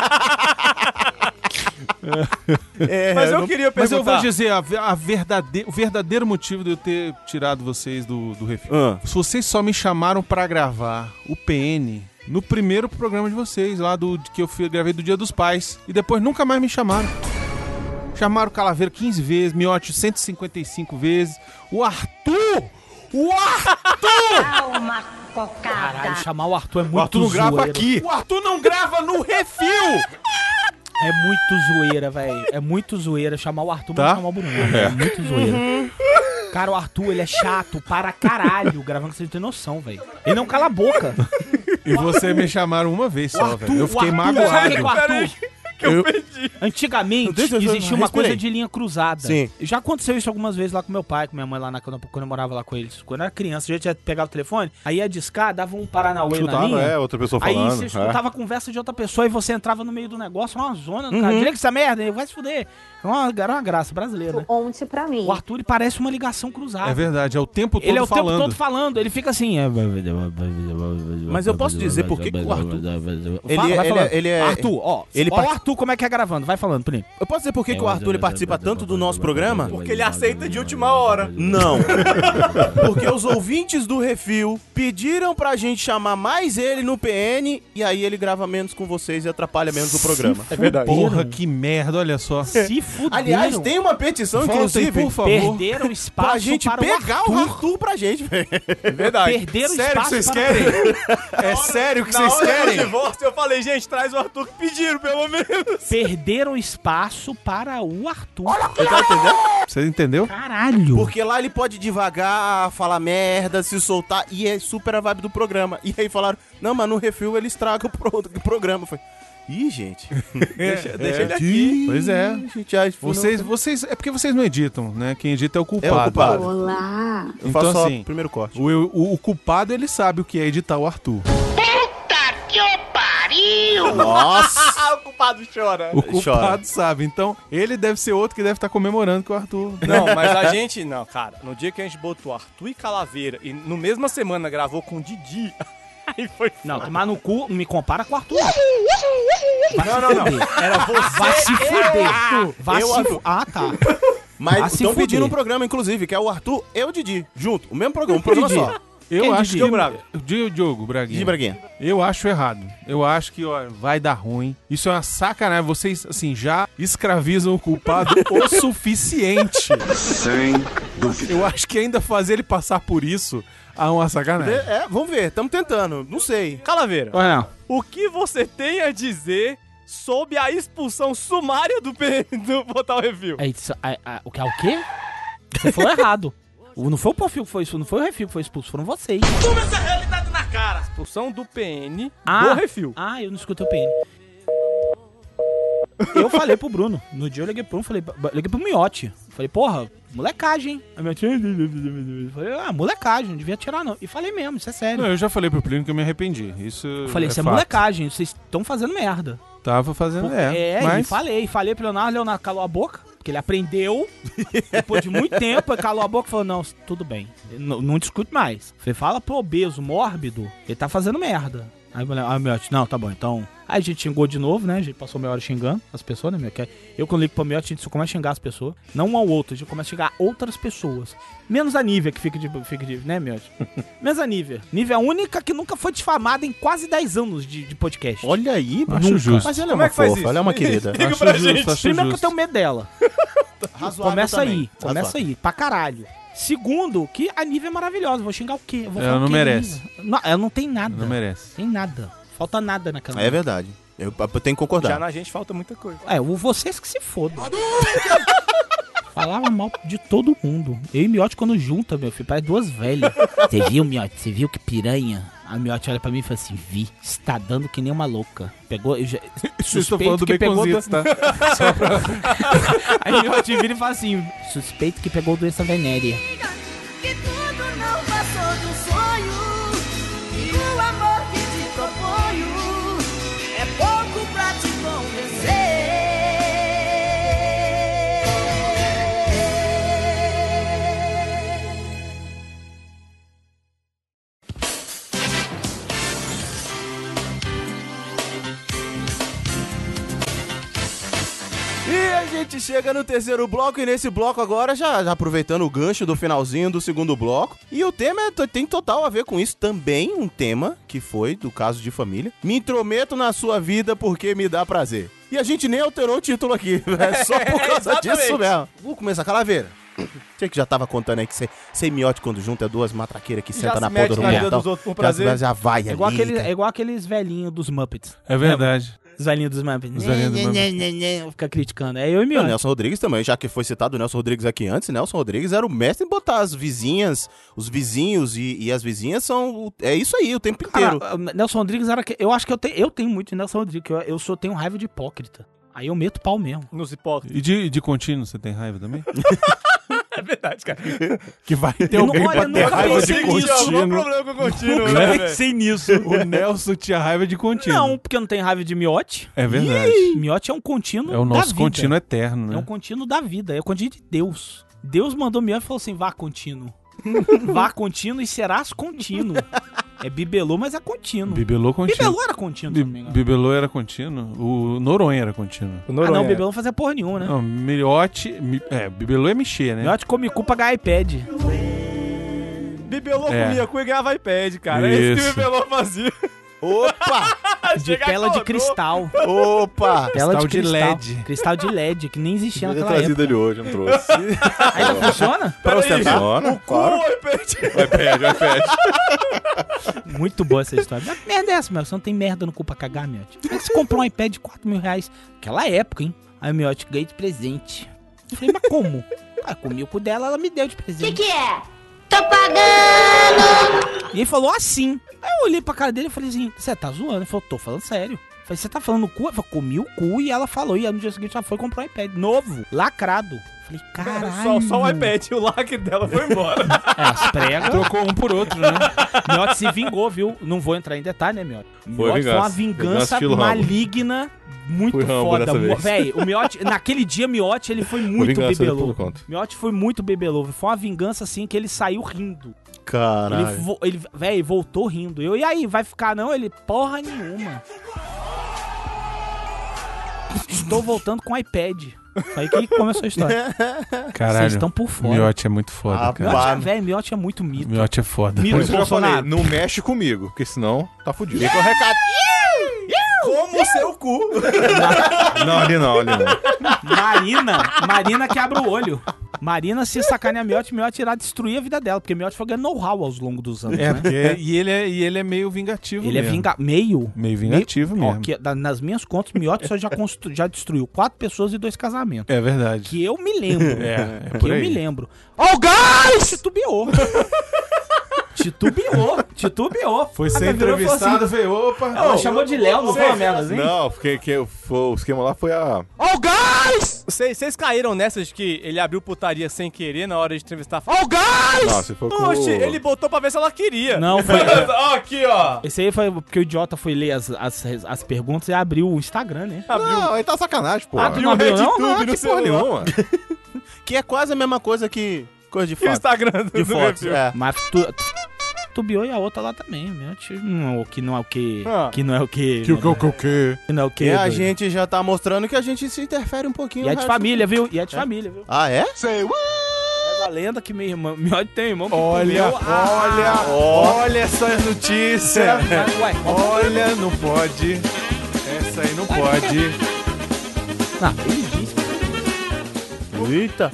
Mas eu queria perguntar. Mas eu vou dizer o verdadeiro motivo de eu ter tirado vocês do refil. Se vocês só me chamaram pra gravar o PN no primeiro programa de vocês, lá que eu gravei do Dia dos Pais, e depois nunca mais me chamaram. Chamaram o Calaveira 15 vezes, Miotti 155 vezes, o Arthur! Dá uma cocada. Caralho, chamar o Arthur é muito O Arthur não grava zoeira. aqui! O Arthur não grava no refil! É muito zoeira, velho. É muito zoeira chamar o Arthur, mas Tá? não chamar o Bruno. É muito zoeira. Cara, o Arthur, ele é chato para caralho, gravando que você não tem noção, velho. Ele não cala a boca. E você me chamaram uma vez só, velho. Eu fiquei o Arthur, sabe o magoado. que é o Arthur? Que eu perdi. Antigamente, Deixa eu- existia uma respira coisa aí. de linha cruzada. Sim. Já aconteceu isso algumas vezes lá com meu pai, com minha mãe, lá quando eu morava lá com eles. Quando eu era criança, a gente ia pegar o telefone, aí ia discar, dava um paranauê na linha. outra pessoa Aí falando. você escutava a conversa de outra pessoa e você entrava no meio do negócio, uma zona, cara, direito essa merda, vai se fuder. Era uma graça brasileira, né? Ontem pra mim. O Arthur, ele parece uma ligação cruzada. É verdade, é o tempo todo Ele é o falando. tempo todo falando, ele fica assim. Mas eu posso dizer por que que o Arthur... Vai falando. ele é... Arthur, ó. ele Ó o Arthur como é que é gravando, vai falando, Plínio. Eu posso dizer por que o Arthur ele participa tanto do nosso programa? Porque ele aceita de última hora. Não. Porque os ouvintes do Refil pediram pra gente chamar mais ele no PN e aí ele grava menos com vocês e atrapalha menos o programa. É verdade. Porra, que merda, olha só. Se fuderam. Aliás, tem uma petição, Voltem, inclusive, por favor. Perderam espaço pra gente para pegar o o Arthur. Arthur pra gente, velho. É verdade. Perderam Sério que espaço vocês para... querem? É sério que Na vocês hora do querem? divórcio, eu falei, gente, traz o Arthur que pediram, pelo menos. Perderam espaço para o Arthur. Você tá entendendo? Você entendeu? Caralho. Porque lá ele pode devagar, falar merda, se soltar, e é super a vibe do programa. E aí falaram, não, mas no Refil ele estraga o programa. Foi, Ih, gente. Deixa ele aqui. Pois é. Gente, já Vocês, é porque vocês não editam, né? Quem edita é o culpado. É o culpado. Olá. Eu Então, faço assim, só o primeiro corte. O culpado, ele sabe o que é editar o Arthur. Nossa! O culpado chora. O culpado sabe. Então, ele deve ser outro que deve estar comemorando com o Arthur. Não, mas a gente... Não, cara. No dia que a gente botou Arthur e Calaveira e no mesma semana gravou com o Didi... Aí foi... Não, tomar no cu, não me compara com o Arthur. Não. Era você. Vai se fuder. Vai Eu, se Arthur. fuder. Ah, tá. Mas se estão fuder. pedindo um programa, inclusive, que é o Arthur e o Didi, junto. O mesmo programa, um programa Didi? só. Eu Quem acho Didi? que... Diogo Braguinha. Didi Braguinha. Eu acho errado. Eu acho que, ó, vai dar ruim. Isso é uma sacanagem. Vocês, assim, já escravizam o culpado o suficiente. Sem dúvida. Eu acho que ainda fazer ele passar por isso é uma sacanagem. Vamos ver, estamos tentando. Não sei. Calaveira, Olha, não. o que você tem a dizer sobre a expulsão sumária do Portal Review? É isso, o quê? Você falou errado. Não foi o Porfil que foi isso, não foi o Refil que foi expulso, foram vocês. Toma essa realidade na cara! Expulsão do PN Ah. do Refil. Ah, eu não escutei o PN. Eu falei pro Bruno. No dia eu liguei pro Bruno, liguei pro Miotti. Falei, porra, molecagem, hein? A minha tia... Falei, molecagem, não devia tirar não. E falei mesmo, isso é sério. Não, eu já falei pro Plínio que eu me arrependi. Isso Eu falei, isso é fato. molecagem, vocês estão fazendo merda. Tava fazendo, E falei pro Leonardo calou a boca, porque ele aprendeu, depois de muito tempo, ele calou a boca e falou, não, tudo bem, não discute mais. Falei, fala pro obeso, mórbido, ele tá fazendo merda. Aí o Miotti, não, tá bom, então... Aí a gente xingou de novo, né, a gente passou meia hora xingando as pessoas, né, eu quando ligo pro Miotti, a gente só começa a xingar as pessoas, não um ao outro, a gente começa a xingar outras pessoas. Menos a Nívia, que fica de né, Miotti? Menos a Nívia. Nívia é a única que nunca foi difamada em quase 10 anos de podcast. Olha aí, Acho justo. Mas ela é Como uma é que faz fofa, isso? ela é uma querida. Explica Acho pra justo, gente. acho Primeiro que eu justo. tenho medo dela. Razoável Começa também. aí, começa aí, pra caralho. Segundo, que a Nívia é maravilhosa. Vou xingar o quê? Eu vou Ela falar não o quê, merece. Nívia? Não, ela não tem nada. Não merece. Tem nada. Falta nada naquela. É verdade. Eu tenho que concordar. Já na gente falta muita coisa. Vocês que se fodam. Falava mal de todo mundo. Eu e Miotti quando junta, meu filho, parece duas velhas. Você viu, Miotti? Você viu que piranha? A Miotti olha pra mim e fala assim, vi, está dando que nem uma louca. Pegou, eu já... Vocês estão falando do Baconzitos, tá? Aí Miotti vira e fala assim, suspeito que pegou doença venérea. Que tudo não passou de um sonho. E o amor que te proponho é pouco pra te convencer. E a gente chega no terceiro bloco, e nesse bloco agora, já aproveitando o gancho do finalzinho do segundo bloco. E o tema tem total a ver com isso. Também um tema que foi do caso de família. Me intrometo na sua vida porque me dá prazer. E a gente nem alterou o título aqui, é só por causa disso mesmo. Vou começar, Calaveira. Você que já tava contando aí que você e Miotti, quando junta, é duas matraqueiras que sentam na ponta do vida dos outros por prazer. Já vai É igual, ali. é igual aqueles velhinhos dos Muppets. É verdade. Os velhinhos dos Muppets. Os velhinhos dos Muppets. Fica criticando. É eu e O Miotti. Nelson Rodrigues também, já que foi citado o Nelson Rodrigues aqui antes, Nelson Rodrigues era o mestre em botar as vizinhas, os vizinhos e as vizinhas são... É isso aí, o tempo inteiro. Cara, Nelson Rodrigues era... Eu acho que eu tenho muito de Nelson Rodrigues, que eu só tenho raiva de hipócrita. Aí eu meto pau mesmo. Nos hipócritas. E de contínuo, você tem raiva também? É verdade, cara. Que vai ter alguém pra ter raiva de Qual o contínuo. problema com o contínuo, Nunca né, velho? Pensei nisso. O Nelson tinha raiva de contínuo. Não, porque eu não tenho raiva de Miotti. É verdade. Miotti é um contínuo É o da nosso vida. contínuo eterno, né? É um contínuo da vida, é o contínuo de Deus. Deus mandou Miotti e falou assim, vá contínuo. Vá contínuo e serás contínuo. É bibelô, mas é contínuo. Bibelô contínuo. Bibelô era contínuo, se não me engano. Bibelô era contínuo. O Noronha era contínuo. O Noronha. Ah, não, bibelô não fazia porra nenhuma, né? Não, Miotti... Bibelô é mexer, né? Miotti come cu pra ganhar iPad. Bibelô É. comia cu e ganhava iPad, cara. É isso que o Isso. Bibelô fazia. Opa! De Chega tela de codou. cristal. Opa! Tela de de cristal. LED. Cristal de LED, que nem existia Devia ter naquela trazido época. ele hoje, não trouxe. Ainda funciona? Pra ostentar? Funciona, O cu, claro. o iPad. Vai pede. Muito boa essa história. Mas que merda é essa, meu? Você não tem merda no cu pra cagar, Miotti? Como é que você comprou um iPad de 4 mil reais? Naquela época, hein? Aí o Miotti ganhei de presente. Eu falei, mas como? Ah, comi o cu dela, ela me deu de presente. Que é? Tô pagando! E ele falou assim. Aí eu olhei pra cara dele e falei assim, você tá zoando? Ele falou, tô falando sério. Eu Falei, você tá falando cu? Eu falei, comi o cu e ela falou. E aí no dia seguinte ela foi comprar um iPad novo, lacrado. Falei, caralho. Só o iPad, o lacre dela foi embora. As pregas. Trocou um por outro, né? Miotti se vingou, viu? Não vou entrar em detalhe, né, Miotti? Miotti foi uma vingança Vingança maligna muito Fui Rambo foda. dessa vez. Véi, o Miotti, naquele dia, Miotti, ele foi muito Vingança, depois eu bebelovo. conto. Miotti foi muito bebelovo. Foi uma vingança, assim, que ele saiu rindo. Caralho. Véi, voltou rindo. E aí, vai ficar não? Ele, porra nenhuma. Estou voltando com o iPad. Foi aí que começou a história. Caralho. Vocês estão por fora. Miotti é muito foda, cara. Miotti é muito mito. Miotti é foda. Mito Por isso que eu falei, Bolsonaro. não mexe comigo, porque senão tá fudido. Fica o recado. Como o seu cu. Não, ali não. Marina que abre o olho. Marina, se sacanear Miotti irá destruir a vida dela, porque Miotti foi ganhando know-how ao longo dos anos, né? Porque, e ele é meio vingativo Ele mesmo. é meio vingativo mesmo. Ó, nas minhas contas, Miotti só já destruiu 4 pessoas e 2 casamentos. É verdade. Que eu me lembro. É que por eu aí. me lembro. Ó, o gás! Titubeou. Foi A ser minha virou e falou entrevistado, veio, opa. Ela chamou de Léo, não foi uma merda assim? Não, porque o esquema lá foi a... Ó, o gás! Vocês caíram nessa de que ele abriu putaria sem querer na hora de entrevistar? Ó, o gás! Não, você foi com Oxe, ele botou pra ver se ela queria. Não, foi... Ó, aqui, ó. Esse aí foi porque o idiota foi ler as perguntas e abriu o Instagram, né? Não, aí tá sacanagem, pô. Ah, tu não abriu, não? YouTube no celular. Nenhuma. Que é quase a mesma coisa que coisa de E o foto. Instagram De fotos, review. é. Mas tubiou e a outra lá também, meu. Que não é o que. Ah. Que não é o que. Que Que não é o que. E a gente já tá mostrando que a gente se interfere um pouquinho. E é no de resto. família, viu? E é de família, viu? Ah, é? É a lenda que minha irmã. Meu tem irmão que Olha, comeu olha essa notícia. Ué, Olha, não pode. Essa aí não pode. não, ele disse. Eita.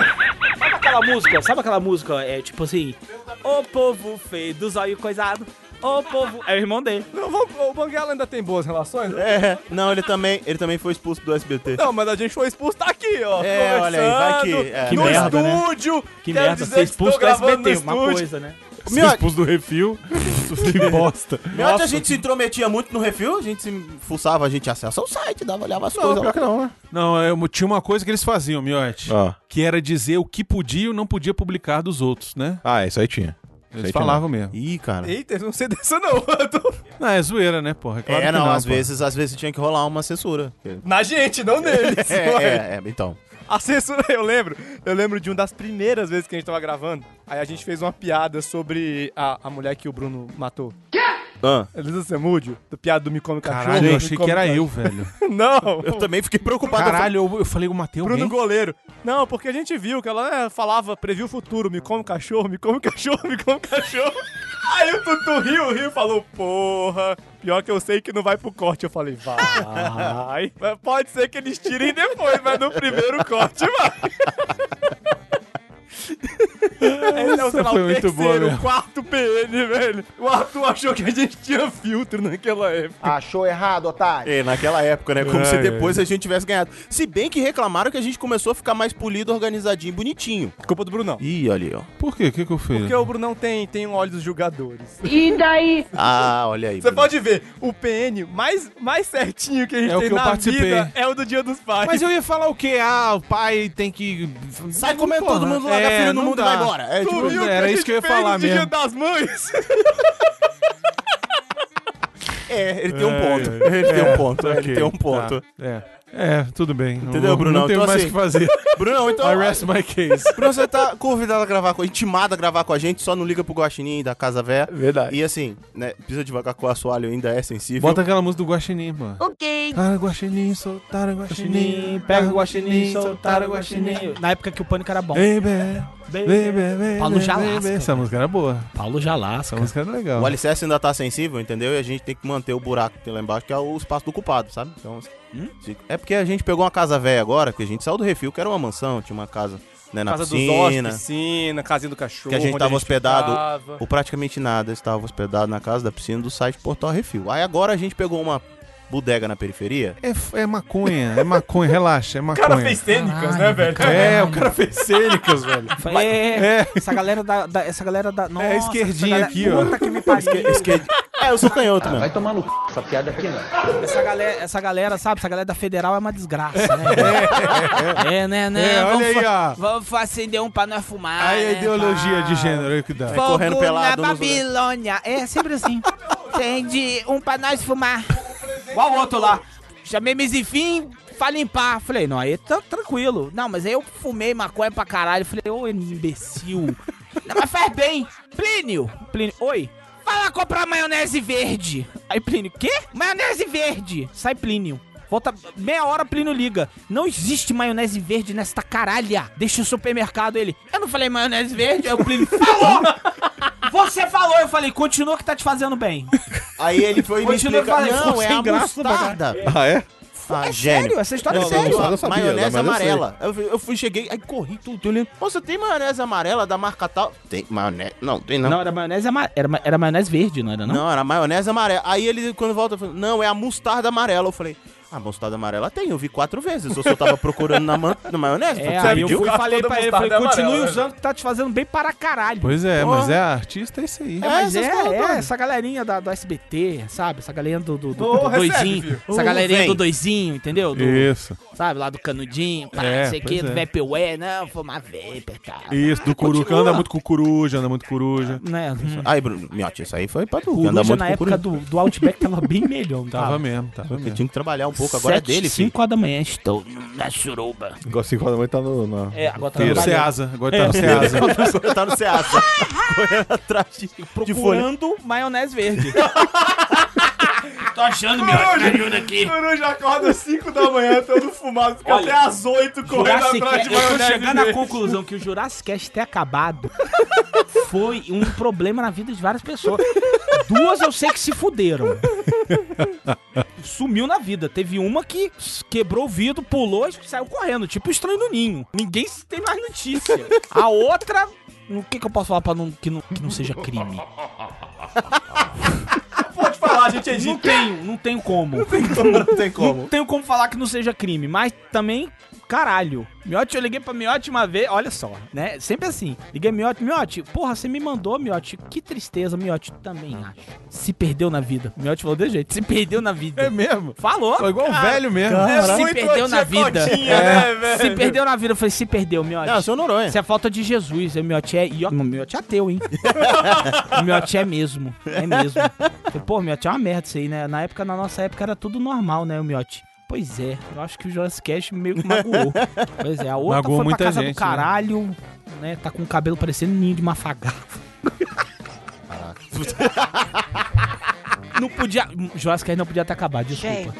Sabe aquela música? É tipo assim. O povo feio do zóio coisado. O povo. É o irmão dele. Não, o Banguela ainda tem boas relações? É, não, ele também foi expulso do SBT. Não, mas a gente foi expulso, tá aqui, ó. É, olha aí, vai que... conversando, é. Que no merda, né? estúdio. Que Quero merda, dizer ser que expulso do estou gravando SBT, no uma estúdio. coisa, né? Você expulso do refil. Que bosta. Antes a gente se intrometia muito no refil, a gente se fuçava, a gente acessa o site, olhava as coisas. Pior que não, né? Não, tinha uma coisa que eles faziam, Miotti. Ah. Que era dizer o que podia ou não podia publicar dos outros, né? Ah, isso aí tinha. Eles falavam mesmo. Ih, cara. Eita, eu não sei dessa não. Eu tô- Não, é zoeira, né, porra? Claro que Às pô. vezes tinha que rolar uma censura. Na gente, não neles. Então. A censura, eu lembro de uma das primeiras vezes que a gente tava gravando. Aí a gente fez uma piada sobre a mulher que o Bruno matou. Elisa Semúdio, do piada do Me Come Cachorro. Caralho, eu Me achei Come que era Cachorro. eu, velho. Não. Eu também fiquei preocupado. Caralho, eu falei, eu matei alguém. Bruno Goleiro. Não, porque a gente viu que ela falava, previu o futuro, me come cachorro, me come cachorro, me come cachorro. Aí o Tutu riu e falou, porra, pior que eu sei que não vai pro corte. Eu falei, vai. Mas pode ser que eles tirem depois, mas no primeiro corte vai. Esse é o, sei lá, foi o muito boa terceiro, mesmo. o quarto PN, velho. O Arthur achou que a gente tinha filtro naquela época. Achou errado, otário. É, naquela época, né? Como se depois a gente tivesse ganhado. Se bem que reclamaram que a gente começou a ficar mais polido, organizadinho, bonitinho. Culpa do Brunão. Ih, olha aí, ó. Por quê? O que eu fiz? Porque o Brunão tem um olho dos julgadores. E daí? Ah, olha aí. Você Bruno. pode ver, o PN mais certinho que a gente É o tem que eu na participei. vida é o do Dia dos Pais. Mas eu ia falar o quê? Ah, o pai tem que... Sai comendo todo mundo, larga filho no não mundo e dá. vai embora. É, Tu tipo, viu era a isso gente que eu ia fez falar no Dia mesmo. das Mães? ele tem um ponto. Ele tem um ponto. Ok, Ele tem um ponto. tá. tudo bem. Entendeu, Bruno? Não tenho Então, mais o assim, que fazer. Bruno, então... I rest my case. Bruno, você tá convidado a gravar intimado a gravar com a gente, só não liga pro Guaxinim da Casa Véia. Verdade. E assim, né, precisa devagar com o assoalho, ainda é sensível. Bota aquela música do Guaxinim, pô. Ok. Ah, Guaxinim, soltaram o Guaxinim. Pega o guaxinim, soltaram o guaxinim. Na época que o Pânico era bom. Baby, Paulo Jalasca. Essa música era boa. Paulo Jalasca. Essa música era legal. O alicerce ainda tá sensível, entendeu? E a gente tem que manter o buraco que tem lá embaixo, que é o espaço do culpado, sabe? Então, é porque a gente pegou uma casa velha agora, que a gente saiu do refil, que era uma mansão, tinha uma casa, né, na Casa piscina. dos hóspedes, piscina, casinha do cachorro. Que a gente onde tava hospedado, ficava. ou praticamente nada, estava hospedado na casa da piscina do site Portal Refil. Aí agora a gente pegou uma bodega na periferia. É maconha, relaxa, é O maconha. cara fez cênicas, né, velho? O cara fez cênicas, velho. Essa galera da. Nossa, esquerdinha essa galera, aqui, ó. puta que me pariu. eu sou canhoto mesmo. Vai tomar no c... essa piada aqui não. Essa galera, sabe? Essa galera da Federal é uma desgraça, né? Olha aí, ó. Vamos acender um pra nós fumar. Aí a né, ideologia pá? de gênero aí que dá. Fogo correndo pelado na nos Babilônia. É sempre assim. Acende um pra nós fumar. Igual o outro lá. Chamei Mizifim pra limpar. Falei, não, aí tá tranquilo. Não, mas aí eu fumei maconha pra caralho. Falei, ô imbecil. Não, mas faz bem. Plínio, oi. Vai lá comprar maionese verde. Aí Plínio, quê? Maionese verde. Sai Plínio. Volta meia hora, Plínio liga. Não existe maionese verde nesta caralha. Deixa o supermercado. Ele, eu não falei maionese verde. Aí o Plínio, falou! Você falou. Eu falei, continua que tá te fazendo bem. Aí ele foi e me explicar, não, é a graça, mostarda. Ah, é? Ah, É gênio. sério, essa história é Não, séria. não, eu sabia, Maionese mas eu amarela. Eu fui, cheguei, aí corri tudo olhando. Você tem maionese amarela da marca tal? Tem maionese? Não, tem não. Não, era maionese era maionese verde, não era não? Não, era maionese amarela. Aí ele, quando volta, falou, não, é a mostarda amarela. Eu falei, a mostarda amarela tem, eu vi 4 vezes. Eu só tava procurando na maionese. É, Você aí eu pediu? fui e falei pra ele, falei, mostarda continue amarela, usando que tá te fazendo bem para caralho. Pois é, Porra. mas é artista, é isso aí. Mas essas coisas todas. essa galerinha do SBT, sabe? Essa galerinha do recebe, doisinho. filho. Essa galerinha vem. do doisinho, entendeu? Isso. Sabe, lá do canudinho, pá, É, não sei o que, pois do é. Vaporware, não, fumar vapor, tá. Isso, do coruja. Anda muito com coruja, anda muito coruja. Né? Aí, Bruno, Miotti, isso aí foi pra tu. que Coruja anda muito na com época coruja. do Outback tava bem melhor, não Tava tava? mesmo, tava Porque mesmo. tinha que trabalhar um pouco, agora é dele, filho. 5 horas da manhã, estou na suruba. Igual 5 horas da manhã tá no... É, agora tá Tem o trabalhando. Ceasa, agora tá no Ceasa. Agora tá no Ceasa. Correndo atrás de folha. Procurando maionese verde. Tô achando meu ajuda aqui. O Coruja acorda às 5 da manhã, todo fumado, fica Olha, até às 8 correndo Jurassic atrás de Cast, eu tô maionese chegando à verde. conclusão que o Jurassic Cast ter acabado foi um problema na vida de várias pessoas. 2 eu sei que se fuderam. Sumiu na vida. Teve uma que quebrou o vidro, pulou e saiu correndo, tipo o Estranho no Ninho. Ninguém tem mais notícia. A outra, o que eu posso falar pra que não seja crime? Pode falar, a gente edita. Não tenho como. Não tem como. Não tenho como falar que não seja crime, mas também, caralho. Miotti, eu liguei pra Miotti uma vez, olha só, né? Sempre assim. Liguei Miotti, porra, você me mandou, Miotti. Que tristeza, Miotti, também acho. Se perdeu na vida. Miotti falou desse jeito, se perdeu na vida. É mesmo? Falou. Foi igual o velho mesmo. Se perdeu na vida. né, velho? Se perdeu na vida. Eu falei, se perdeu, Miotti. Não, eu sou Noronha. Isso é falta de Jesus. O Miotti é... O Miotti é ateu, hein? O Miotti é mesmo. É mesmo. Falei, pô, Miotti é uma merda isso aí, né? Na nossa época era tudo normal, né, o Miotti? Pois é, eu acho que o Jurassic Cast meio que magoou. Pois é, a outra Magoou foi pra muita casa gente, do caralho, né? Tá com o cabelo parecendo ninho de mafagafo. Não podia... Jurassic Cast não podia ter acabado, desculpa.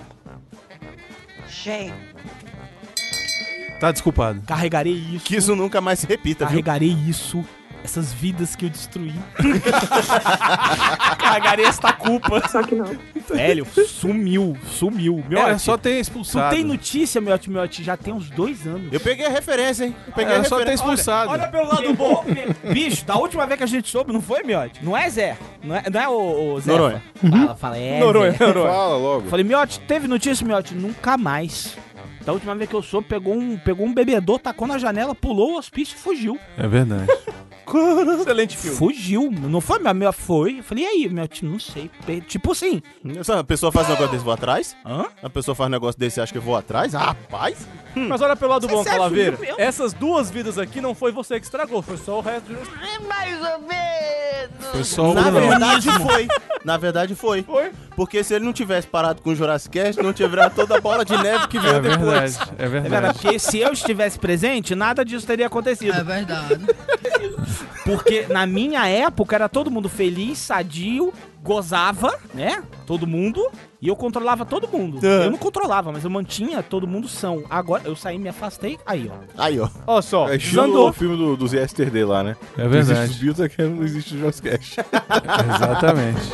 Tá desculpado. Carregarei isso. Que isso nunca mais se repita, viu? Carregarei isso. Essas vidas que eu destruí. Carregarei esta culpa. Só que não. Velho, sumiu. Era só ter Tu expulsado. tem notícia, Miotti? Já tem uns 2 anos. Eu peguei a referência, hein? Eu peguei a Era só ter referência. expulsado. Olha pelo lado bom. Bicho, da última vez que a gente soube, não foi, Miotti? Não é Zé? Não é o Zé? Noronha. Fala, é Noronha, Zé. Fala logo. Falei, Miotti, teve notícia, Miotti? Nunca mais. Da última vez que eu soube, pegou um bebedor, tacou na janela, pulou o hospício e fugiu. É verdade. Excelente filme. Fugiu. Não foi, meu? Foi. Eu falei, e aí, Miotti? Não sei. Tipo assim. A pessoa faz um negócio desse, vou atrás? Hã? A pessoa faz um negócio desse e acha que eu vou atrás? Rapaz! Mas olha pelo lado bom, Você é Calaveira. filho meu. Essas 2 vidas aqui não foi você que estragou, foi só o resto de... Mais ou menos. Foi só o Na Bruno. verdade foi. Na verdade foi. Foi? Porque se ele não tivesse parado com o Jurassic Cast, não tiveria toda a bola de neve que veio É depois. verdade, é É verdade, verdade. porque se eu estivesse presente, nada disso teria acontecido. É verdade. Porque na minha época era todo mundo feliz, sadio, gozava, né? Todo mundo. E eu controlava todo mundo. Eu não controlava, mas eu mantinha todo mundo são. Agora eu saí, me afastei, aí ó. Aí, ó. Olha só, É estilo desandou. o filme dos Yesterday lá, né? É Não existe os verdade. Beatles, aqui não existe o Jurassic Cast. Exatamente.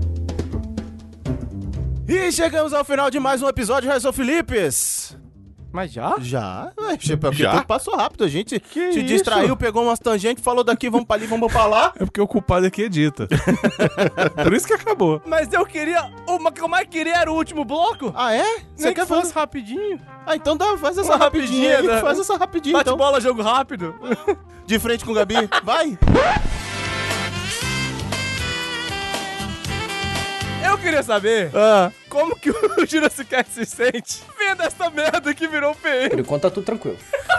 E chegamos ao final de mais um episódio, Rezo Filipes. Mas já? Já, porque Já? tudo passou rápido. A gente Que se isso? distraiu, pegou umas tangentes, falou daqui, vamos pra ali, vamos pra lá. É porque o culpado aqui edita. Por isso que acabou. Mas eu queria... O que eu mais queria era o último bloco. Ah, é? Você quer fosse rapidinho? Ah, então dá, faz essa Uma rapidinha aí, né? faz essa rapidinho, Bate então. bola, jogo rápido. De frente com o Gabi, vai. Eu queria saber como que o Jurassic Cast se sente vendo essa merda que virou PN. Por enquanto tá tudo tranquilo.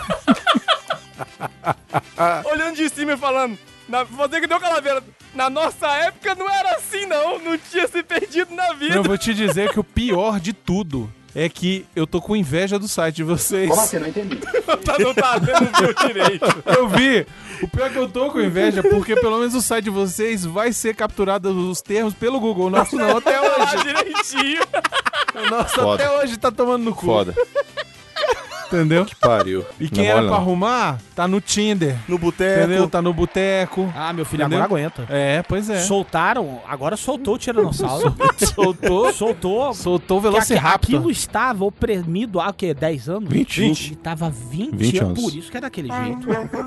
Olhando de cima e falando, você que deu calaveira, na nossa época não era assim não tinha se perdido na vida. Eu vou te dizer que o pior de tudo é que eu tô com inveja do site de vocês. Como assim? Não entendi. não viu direito. Eu vi. O pior é que eu tô com inveja porque pelo menos o site de vocês vai ser capturado os termos pelo Google. O nosso não, até hoje. direitinho. O nosso Foda. até hoje tá tomando no cu. Foda. Entendeu? Que pariu. E quem Não era mole, pra não. arrumar, tá no Tinder. No boteco. Entendeu? Tá no boteco. Ah, meu filho, Entendeu? agora aguenta. É, pois é. Soltaram, agora soltou o Tiranossauro. Soltou Soltou o Velociraptor. Aquilo estava oprimido há, o quê? 10 anos? 20. Ele tava 20 anos. Por isso que é daquele jeito.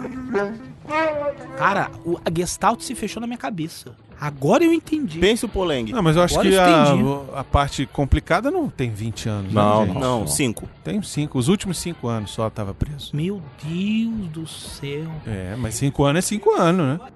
Cara, a Gestalt se fechou na minha cabeça. Agora eu entendi. Pensa o Polengue. Não, mas eu acho Agora que eu entendi. a parte complicada não tem 20 anos. Não, né, gente? Não, 5. Tem 5. Os últimos 5 anos só tava preso. Meu Deus do céu. É, mas 5 anos é 5 anos, né?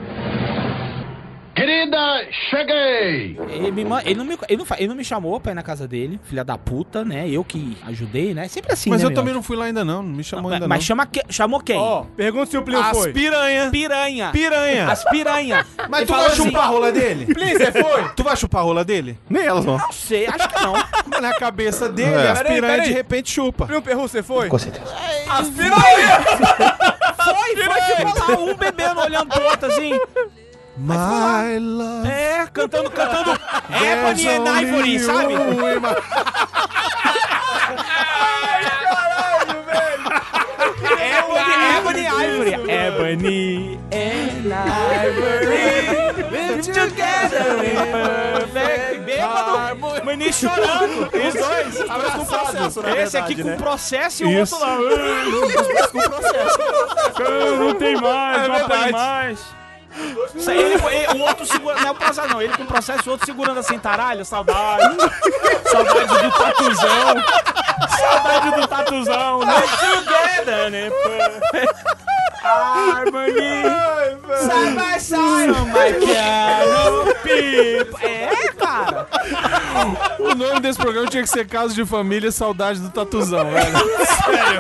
Querida, cheguei! Ele não me chamou pra ir na casa dele, filha da puta, né? Eu que ajudei, né? Sempre assim, Mas né, eu meu? também não fui lá ainda não me chamou ainda Mas não. chamou quem? Ó, pergunta se o Plínio As foi. piranha. Piranha. Piranha. As piranha. Mas Ele tu falou vai assim, chupar a rola dele? Plínio, você foi? Tu vai chupar a rola dele? Nem elas vão. Não sei, acho que não. Mas na cabeça dele, É. as piranha Peraí. de repente chupa. Plínio Perru, você foi? Com certeza. As piranha! Foi, ficou lá, um bebendo, olhando pro outro assim. My love. É, cantando Ebony and Ivory, sabe? Ebony and Ivory. Ebony and Ivory live together in perfect. Bêbado, maninho chorando. Os dois. Com processo, na Esse aqui verdade, com processo e o outro lá. Com processo. Não tem mais, É não verdade. tem mais. O outro segurando, não é o processo não, ele com processo e o outro segurando assim, taralho, saudade. Saudade do tatuzão. Saudade do tatuzão. Let's together, né? Harmony. Side by side on my piano people. É, cara. O nome desse programa tinha que ser Caso de Família, Saudade do Tatuzão, velho. Sério.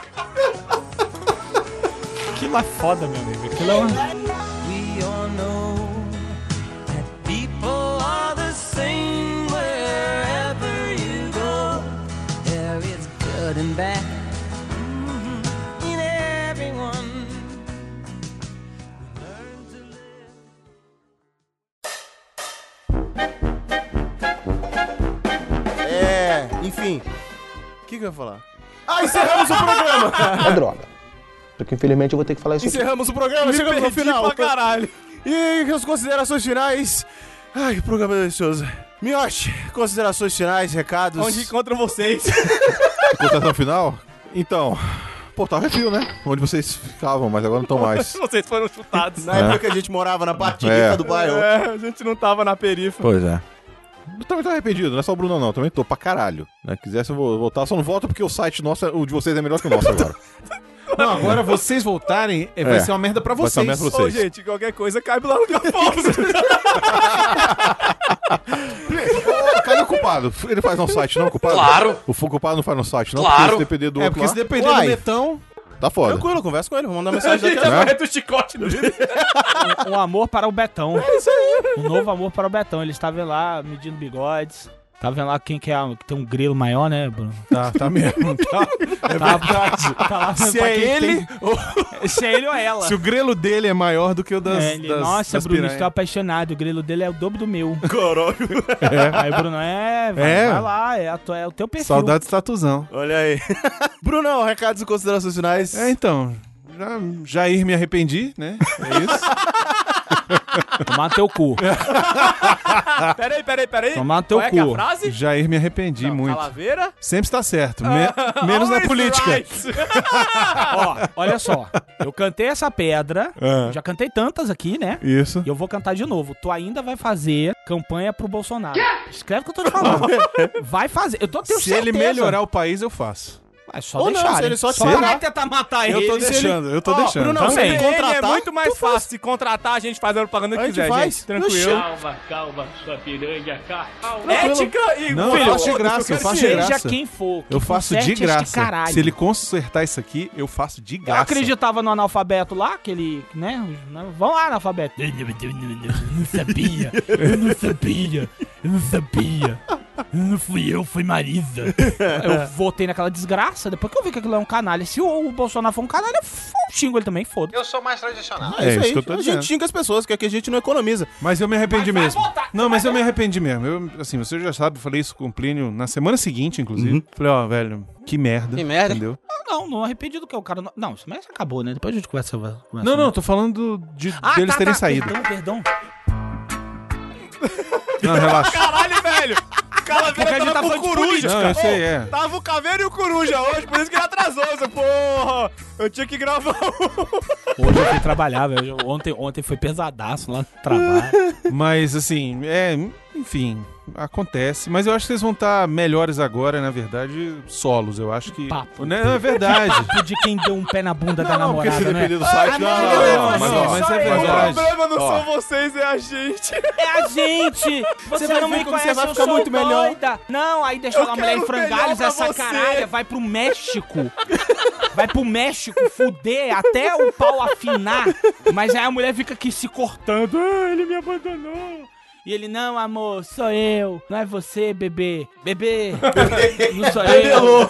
Aquilo é foda, meu amigo. Aquilo é uma... We all know that people are the same wherever you go. There is good and bad in everyone. Enfim. O que eu ia falar? Ah, encerramos o programa! É droga. Só que infelizmente eu vou ter que falar isso aqui. Encerramos o programa, chegamos no final. pra caralho. E as considerações finais. Ai, que programa delicioso. Miote, considerações finais, recados. Onde encontram vocês? Contação final? Então, Portal Refil, né? Onde vocês ficavam, mas agora não estão mais. Vocês foram chutados. Na época que a gente morava na parte rica do bairro. É, a gente não tava na perifa. Pois é. Eu também tô arrependido, não é só o Bruno não, também tô pra caralho. Né? Quisesse eu vou voltar, só não volto porque o site nosso, o de vocês é melhor que o nosso agora. Não, agora vocês voltarem, vai ser uma merda pra Vai vocês. ser uma merda pra Ô, vocês. gente, qualquer coisa caiba lá no Gafoso. Cadê o culpado? Ele faz no site, não, culpado? Claro. O culpado não faz no site, não? Claro. Porque se depender do É, outro porque se lá, depender Uai. do Betão... tá foda. Tranquilo, conversa com ele, vou mandar mensagem daqui a Já pouco. vai o chicote do Um amor para o Betão. É isso aí. Um novo amor para o Betão. Ele estava lá medindo bigodes. Tá vendo lá quem que tem um grilo maior, né, Bruno? Tá mesmo. Tá. É verdade. Tá lá vendo Se pra é quem ele, tem- Se é ele ou ela. se o grelo dele é maior do que o das, É, ele, das nossa, das Bruno, piranha. estou apaixonado. O grilo dele é o dobro do meu. Caralho. Aí, Bruno, vai lá, é o teu perfil. Saudades tatuzão. Olha aí. Brunão, recados e considerações finais. Então, já ir me arrependi, né? É isso. Tomar no teu cu. Peraí. Tomar no teu Qual é que é a cu. frase? Jair, me arrependi muito. Calaveira? Sempre está certo. Menos na Always política. right. Ó, olha só. Eu cantei essa pedra. Já cantei tantas aqui, né? Isso. E eu vou cantar de novo. Tu ainda vai fazer campanha pro Bolsonaro. Escreve o que eu tô te falando. Vai fazer. Eu tenho Se certeza. ele melhorar o país, eu faço. É só Ou deixar. não, se ele só te vai parar. tentar matar ele. Eu tô deixando, eu tô deixando. Bruno, se Também. ele Ele contratar, é muito mais fácil se contratar, a gente faz a propaganda que a gente quiser, faz. gente. Tranquilo. Calma, sua piranha, calma. Ética e... Não, eu faço de graça, eu faço de Seja graça. quem for. que Eu faço de conserte este graça. caralho. Se ele consertar isso aqui, eu faço de Eu graça. acreditava no analfabeto lá, aquele, né? Vamos lá, analfabeto. Eu não sabia. Não fui eu, foi Marisa. Eu votei naquela desgraça, depois que eu vi que aquilo é um canalha. Se o Bolsonaro for um canalha, eu xingo ele também, foda-se. Eu sou mais tradicional. É isso aí. que eu tô A dizendo. gente xinga as pessoas, que aqui a gente não economiza. Mas eu me arrependi Mas vai mesmo. votar, Não, mas eu me arrependi mesmo. Eu, assim, você já sabe, eu falei isso com o Plínio na semana seguinte, inclusive. Falei, ó, velho, que merda. Que merda, hein? Entendeu? Não arrependi do que o cara... Não, isso mas acabou, né? Depois a gente conversa. Não, tô falando deles terem saído. Perdão. Não, relaxa. Caralho, velho. O Calaveira Porque a gente tava tá com falando de coruja. política. Não, eu sei, é. Tava o Caveira e o Coruja hoje, por isso que ele atrasou. Porra, eu tinha que gravar Hoje eu fui trabalhar, velho. Ontem foi pesadaço lá no trabalho. Mas, assim, enfim, acontece. Mas eu acho que vocês vão estar melhores agora, na verdade, solos. Eu acho que... Papo. Não, é verdade. Papo de quem deu um pé na bunda da Não, porque se namorada, né? depender do site, Mas só é eu. O verdade. problema não Ó. são vocês, é a gente. É a gente! Você vai não ver me como conhece, você vai eu ficar sou muito melhor. doida. Não, aí deixa Eu a mulher em quero o frangalhos, melhor pra essa você. caralha vai pro México. Vai pro México fuder até o pau afinar. Mas aí a mulher fica aqui se cortando. Ah, ele me abandonou. E ele, não, amor, sou eu. Não é você, bebê. Bebê. Não sou eu.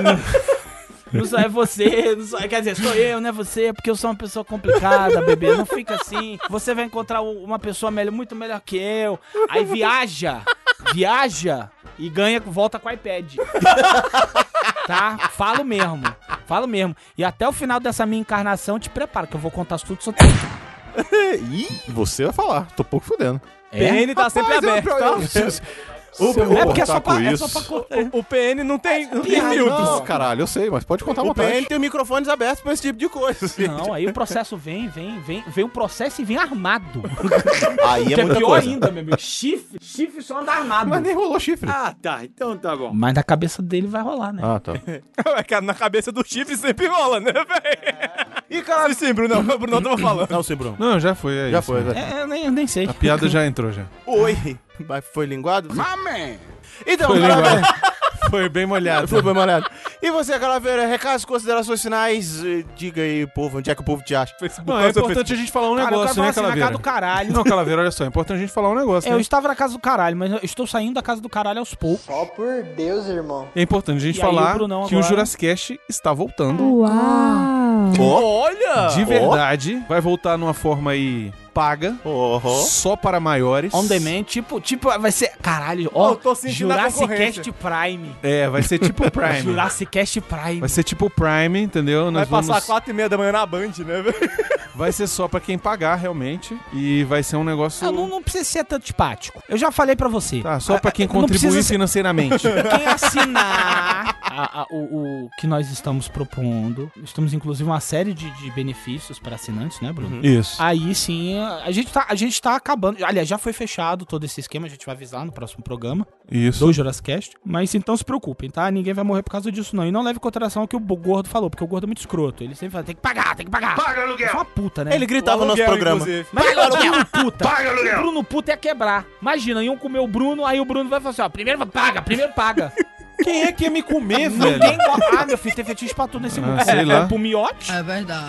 Não só é você, não só, quer dizer, sou eu, não é você, porque eu sou uma pessoa complicada, bebê. Não fica assim. Você vai encontrar uma pessoa muito melhor que eu. Aí viaja e ganha, volta com o iPad. Tá? Falo mesmo. E até o final dessa minha encarnação, te prepara, que eu vou contar tudo sobre Ih, você vai falar. Tô pouco fudendo. PN tá sempre aberto, tá? É porque é só pra cortar. O PN não tem filtros. Não, caralho, eu sei, mas pode contar à O vontade. PN tem microfones abertos pra esse tipo de coisa. Não, aí o processo vem o processo e vem armado. Aí é Que é muita pior coisa. ainda, meu amigo. Chifre só anda armado. Mas nem rolou chifre. Ah, tá. Então tá bom. Mas na cabeça dele vai rolar, né? Ah, tá. Na cabeça do chifre sempre rola, né, velho? Ih, cara. Sim, Bruno, o Bruno tava falando. Não, sim, Bruno. Não, já foi, é Já isso. foi, velho. Eu nem sei. A piada já entrou, já. Oi. Mas foi linguado? Mamãe! Então, Foi Calaveira. Foi bem molhado. Foi bem molhado. E você, Calaveira, recados, considerações finais, diga aí, povo, onde é que o povo te acha? Não, é importante a gente falar um Cara, eu negócio, quero né, falar assim, na Calaveira? casa do caralho. Não, Calaveira, olha só, é importante a gente falar um negócio, Eu né? estava na casa do caralho, mas eu estou saindo da casa do caralho aos poucos. Só por Deus, irmão. É importante a gente E aí, falar o Brunão que o agora? Jurassicast está voltando. Olha! De verdade. Vai voltar numa forma aí paga. Só para maiores. On demand, tipo, vai ser... Caralho, Ó, ó, eu tô sentindo a Jurassicast Prime. É, vai ser tipo Prime. Jurassicast Prime. Vai ser tipo Prime, entendeu? Vai passar 4h30 da manhã na Band, né, velho? Vai ser só pra quem pagar, realmente. E vai ser um negócio... Não precisa ser tanto simpático. Eu já falei pra você. Tá, só pra quem não contribuir precisa ser- financeiramente. Quem assinar o que nós estamos propondo, estamos inclusive uma série de benefícios para assinantes, né, Bruno? Isso. Aí sim, a gente tá acabando. Aliás, já foi fechado todo esse esquema, a gente vai avisar no próximo programa Isso. do Jurassicast. Mas então se preocupem, tá? Ninguém vai morrer por causa disso, não. E não leve em consideração o que o Gordo falou, porque o Gordo é muito escroto. Ele sempre fala, tem que pagar. Paga aluguel! É uma puta, né? Ele gritava no nosso Aluguel, programa. inclusive. Mas ele é o Bruno puta. Paga aluguel! O Bruno puta é quebrar. Imagina, iam comer o Bruno, aí o Bruno vai falar assim, ó, primeiro paga. Quem é que ia me comer, velho? Ninguém gosta. Ah, meu filho, tem fetiche pra tudo nesse mundo. sei lá. Pro miote. É verdade.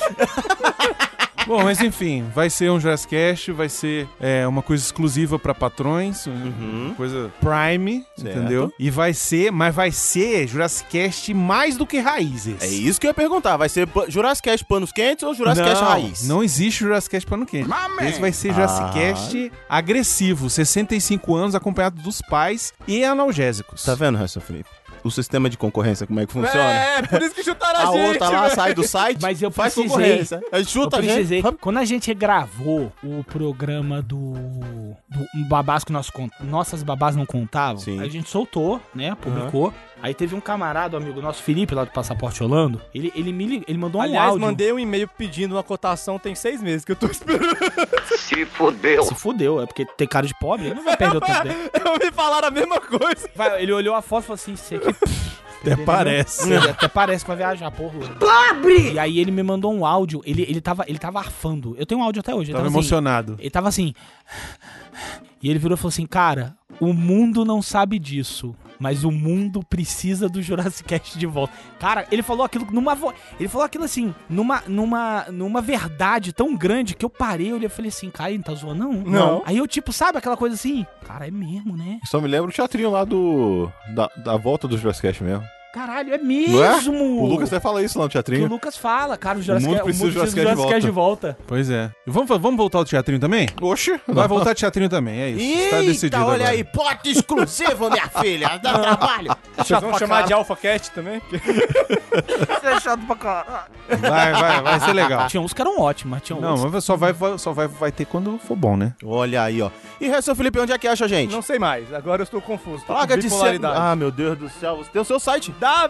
Bom, mas enfim, vai ser um Jurassicast, vai ser uma coisa exclusiva pra patrões, uma coisa Prime, Certo. entendeu? E vai ser Jurassicast mais do que Raízes. É isso que eu ia perguntar. Vai ser Jurassicast panos quentes ou Jurassicast raiz? Não existe Jurassicast pano quente. Esse vai ser Jurassicast agressivo, 65 anos, acompanhado dos pais e analgésicos. Tá vendo, Harrison Felipe? o sistema de concorrência, como é que funciona? É, por isso que chutaram a A gente. outra lá velho. sai do site, Mas eu faz precisei. concorrência. A gente chuta Eu a gente. precisei. Quando a gente gravou o programa do Babás que nossas babás não contavam, Sim. a gente soltou, né? Publicou. Aí teve um camarada, um amigo nosso, Felipe, lá do Passaporte Holando, ele mandou um Aliás, áudio. mandei um e-mail pedindo uma cotação, tem 6 meses que eu tô esperando. Se fodeu. Se fudeu, é porque tem cara de pobre, ele não vai perder o tempo dele. Me falaram a mesma coisa. Ele olhou a foto e falou assim, isso aqui... Até parece. Até parece que vai viajar, porra. Pobre! E aí ele me mandou um áudio, ele tava arfando. Eu tenho um áudio até hoje. Ele Tava assim, emocionado. ele tava assim... E ele virou e falou assim, cara, o mundo não sabe disso, mas o mundo precisa do Jurassic Cast de volta. Cara, ele falou aquilo ele falou aquilo assim, numa verdade tão grande que eu parei, eu falei assim, cara, ele não tá zoando não? Não. Aí eu tipo, sabe aquela coisa assim, cara, é mesmo, né? Só me lembra o teatrinho lá da volta do Jurassic Cast mesmo. Caralho, é Não é? mesmo! O Lucas até fala isso lá no Que o teatrinho. Lucas fala, cara, o mundo precisa do Jurassic Cast de volta. Pois é. E vamos voltar ao teatrinho também? Oxe. Vai voltar ao teatrinho também, é isso. Está decidido olha agora. aí, pote exclusivo, minha filha. Dá trabalho. Vocês vão chamar de Alpha Cat também? Fechado pra caralho. Vai ser legal. Tinha uns que eram ótimos, mas tinha Não, outros. mas só vai ter quando for bom, né? Olha aí, ó. E seu Felipe, onde é que acha a gente? Não sei mais, agora eu estou confuso. Tô Plaga com de bipolaridade. Ah, meu Deus do céu. Você tem o seu site.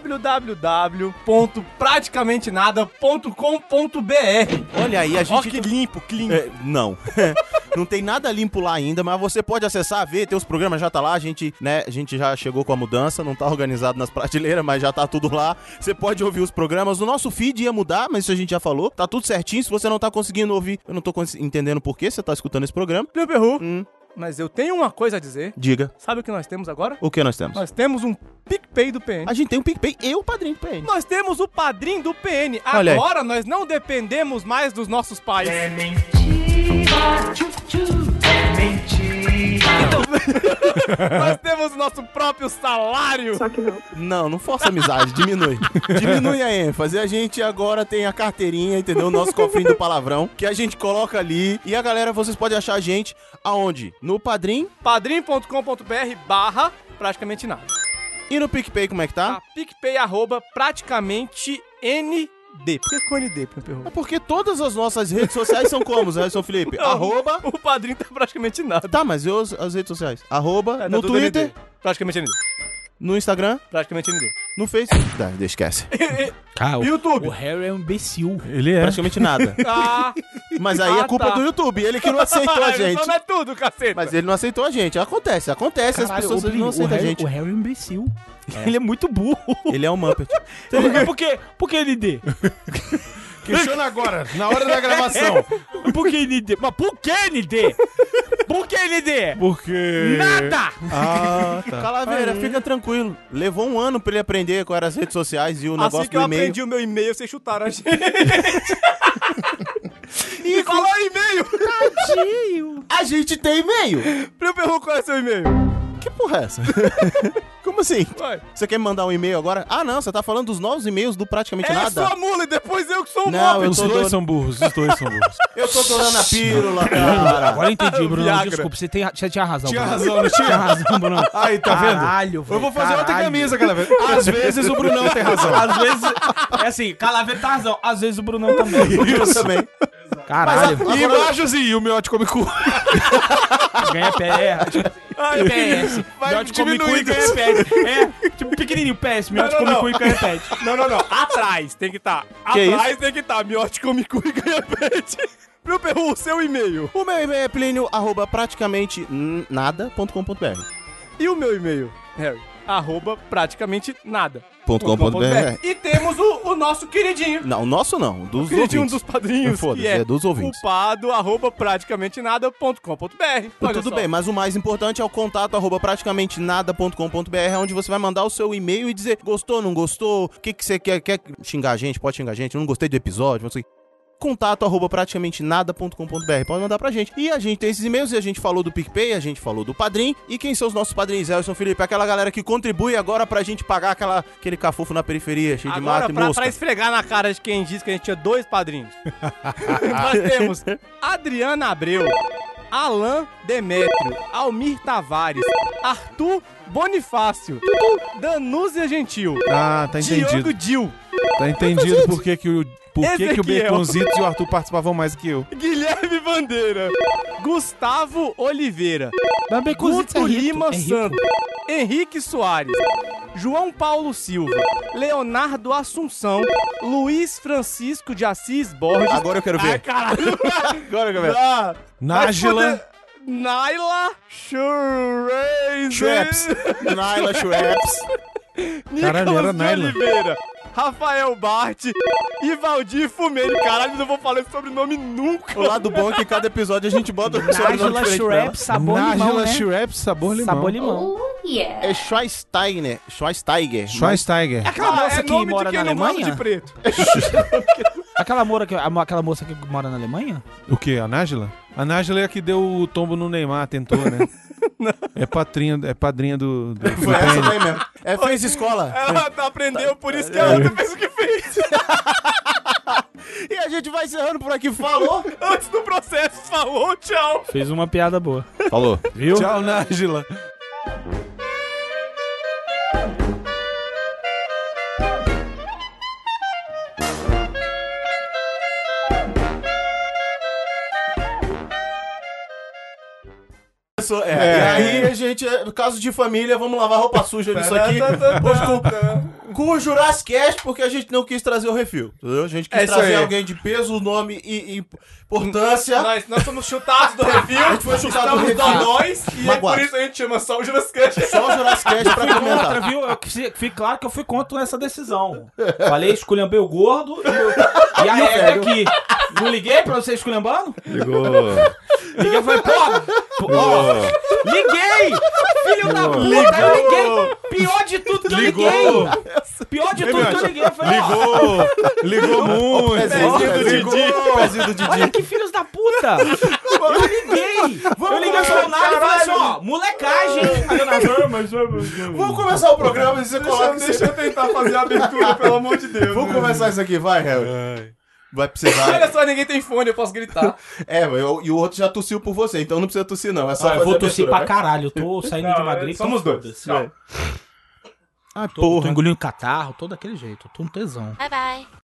www.praticamentenada.com.br. Olha aí, a gente... Ó que limpo, clean. Não. Não tem nada limpo lá ainda, mas você pode acessar, ver, tem os programas, já tá lá, a gente já chegou com a mudança, não tá organizado nas prateleiras, mas já tá tudo lá. Você pode ouvir os programas, o nosso feed ia mudar, mas isso a gente já falou, tá tudo certinho, se você não tá conseguindo ouvir, eu não tô entendendo por que você tá escutando esse programa. Meu perru, mas eu tenho uma coisa a dizer. Diga. Sabe o que nós temos agora? O que nós temos? Nós temos um PicPay do PN. A gente tem um PicPay e o Padrinho do PN. Nós temos o padrinho do PN. Olha aí. Agora nós não dependemos mais dos nossos pais. É mentira, é mentira. Nós temos o nosso próprio salário. Só que não. Não força a amizade, diminui. Diminui a ênfase. A gente agora tem a carteirinha, entendeu? O nosso cofrinho do palavrão, que a gente coloca ali. E a galera, vocês podem achar a gente aonde? No Padrim. padrim.com.br/praticamente nada. E no PicPay, como é que tá? PicPay @praticamente ND. Por que ficou ND, meu perro? É porque todas as nossas redes sociais são como, né, São Felipe? Não, Arroba... O padrinho tá praticamente nada. Tá, mas e as redes sociais? Arroba, Tá no tudo Twitter, ND. Praticamente ND. no Instagram, Praticamente ND. no Facebook. Esquece. Cara, YouTube. O Harry é um imbecil. Ele é. Praticamente nada. Mas aí é culpa do YouTube, ele que não aceitou a gente. Isso não é tudo, caceta. Mas ele não aceitou a gente. Acontece, Caralho, as pessoas Plínio, não aceitam a Harry, gente. O Harry é um imbecil. Ele é muito burro. Ele é um Muppet. Por que ND? Questiona agora, na hora da gravação. Por que ND? Mas por que ND? Por que ND? Porque... Nada! Ah, tá. Calaveira, fica tranquilo. Levou um ano pra ele aprender quais eram as redes sociais e o negócio Assim que do eu e-mail. aprendi o meu e-mail, vocês chutaram a gente. E falou e-mail. Tadinho. A gente tem e-mail. Meu perro, qual é seu e-mail? Que porra é essa? Como assim? Vai. Você quer me mandar um e-mail agora? Ah, não, você tá falando dos novos e-mails do Praticamente É Nada. sua mula e depois eu que sou o Não, Mob. eu Os tô dois doando- são burros, os dois são burros. Eu tô doando a pílula, cara. Agora eu entendi, Bruno. Viagra. Desculpa, você tinha razão. Tinha Bruno. razão, não tinha? Tinha razão, Bruno. Aí, tá vendo? Caralho, velho. Eu vou fazer outra caralho. camisa, Calaveira. Às vezes o Brunão tem razão. Às vezes, é assim, Calaveira tá razão. Às vezes o Brunão também. Eu também. Caralho. E embaixo assim, o meu come cu. Ganha pé. PS. Vai Miote come cu e diminuindo. ganha pet. É, tipo pequenininho, PS. Miote come cu e ganha pet. Não. Atrás tem que estar. Que Atrás tem que estar. Miote come cu e ganha pet. Meu perru, o seu e-mail. O meu e-mail é Plínio@praticamente nada.com.br. E o meu e-mail, Harry? @praticamente nada. .com.br. E temos o nosso queridinho. Não, o nosso não, dos Queridinho ouvintes. dos padrinhos, Foda-se, que é, é dos ouvintes. culpado @praticamente nada.com.br. Tudo bem, mas o mais importante é o contato @praticamente nada.com.br, onde você vai mandar o seu e-mail e dizer gostou, não gostou, o que você quer xingar a gente, pode xingar a gente, eu não gostei do episódio, não sei. Contato @praticamente nada.com.br, pode mandar pra gente. E a gente tem esses e-mails, e a gente falou do PicPay, a gente falou do Padrim. E quem são os nossos padrinhos, Elson Felipe? Aquela galera que contribui agora pra gente pagar aquele cafufo na periferia, cheio de Agora, mato e pra mosca. esfregar na cara de quem disse que a gente tinha 2 padrinhos. Nós temos Adriana Abreu, Alan Demétrio, Almir Tavares, Arthur Bonifácio, Danúzia Gentil, Ah, tá entendido. Diogo Dil, Tá entendido por que o Ezequiel. Baconzitos e o Arthur participavam mais que eu. Guilherme Bandeira, Gustavo Oliveira, Mas Baconzitos Guto é rico, Lima é rico. Santos, Henrique Soares, João Paulo Silva, Leonardo Assunção, Luiz Francisco de Assis Borges. Agora eu quero ver. Ai, caralho. Agora eu quero ver. Nájila. Naila Schrazer. Shreps. Naila Shreps. Caralho, era Nicolas de Naila. Oliveira, Rafael Bart e Valdir Fumene. Caralho, não vou falar esse sobrenome nunca. O lado bom é que cada episódio a gente bota um sobrenome Nájila diferente pra ela. Schreps, sabor limão, Nájila né? Schreps, sabor limão. Sabor limão. É Schweinsteiger. Schweinsteiger. Schweinsteiger. É aquela moça é que nome mora de na quem não gosta Alemanha? de preto. Aquela moça que mora na Alemanha? O quê? A Nájila? A Nájila é a que deu o tombo no Neymar, tentou, né? É padrinha do Foi essa daí mesmo. É, fez escola. Ela aprendeu, por isso que a outra fez o que fez. E a gente vai encerrando por aqui. Falou. Antes do processo, falou, tchau. Fez uma piada boa. Falou. Viu? Tchau, Nájila. E aí a gente, caso de família, vamos lavar roupa suja nisso aqui. Hoje com o Jurassic Cast, porque a gente não quis trazer o refil. Entendeu? A gente quis isso trazer aí. alguém de peso, nome e importância. Nós somos chutados do review. A gente foi chutado do Estamos review. dodóis. E é Magoado. por isso a gente chama só o Jurassic Cast. Só o Jurassic Cast pra Contra, comentar. viu? Fique claro que eu fui contra essa decisão. Falei, esculhambei o gordo e a Hebe aqui. Não liguei pra você esculhambando? Ligou. Liguei e falei, ó, liguei! Filho da puta, eu liguei! Pior de tudo que eu liguei! Pior de tudo que eu liguei, eu falei, Ligou muito. Pezinho do Didi. olha que filhos da puta! Eu liguei! Eu liguei o celular e falei assim, ó, molecagem! Aí eu, Vamos começar o programa e você coloca. Deixa eu tentar fazer a abertura, pelo amor de Deus. Vamos começar isso aqui, vai, Harry. Vai precisar. Olha só, ninguém tem fone, eu posso gritar. E o outro já tossiu por você, então não precisa tossir, não. É só eu fazer vou a tossir abertura, pra vai. caralho, eu tô saindo de uma gripe. Somos dois. Tô engolindo catarro, todo daquele jeito, eu tô um tesão. Bye bye.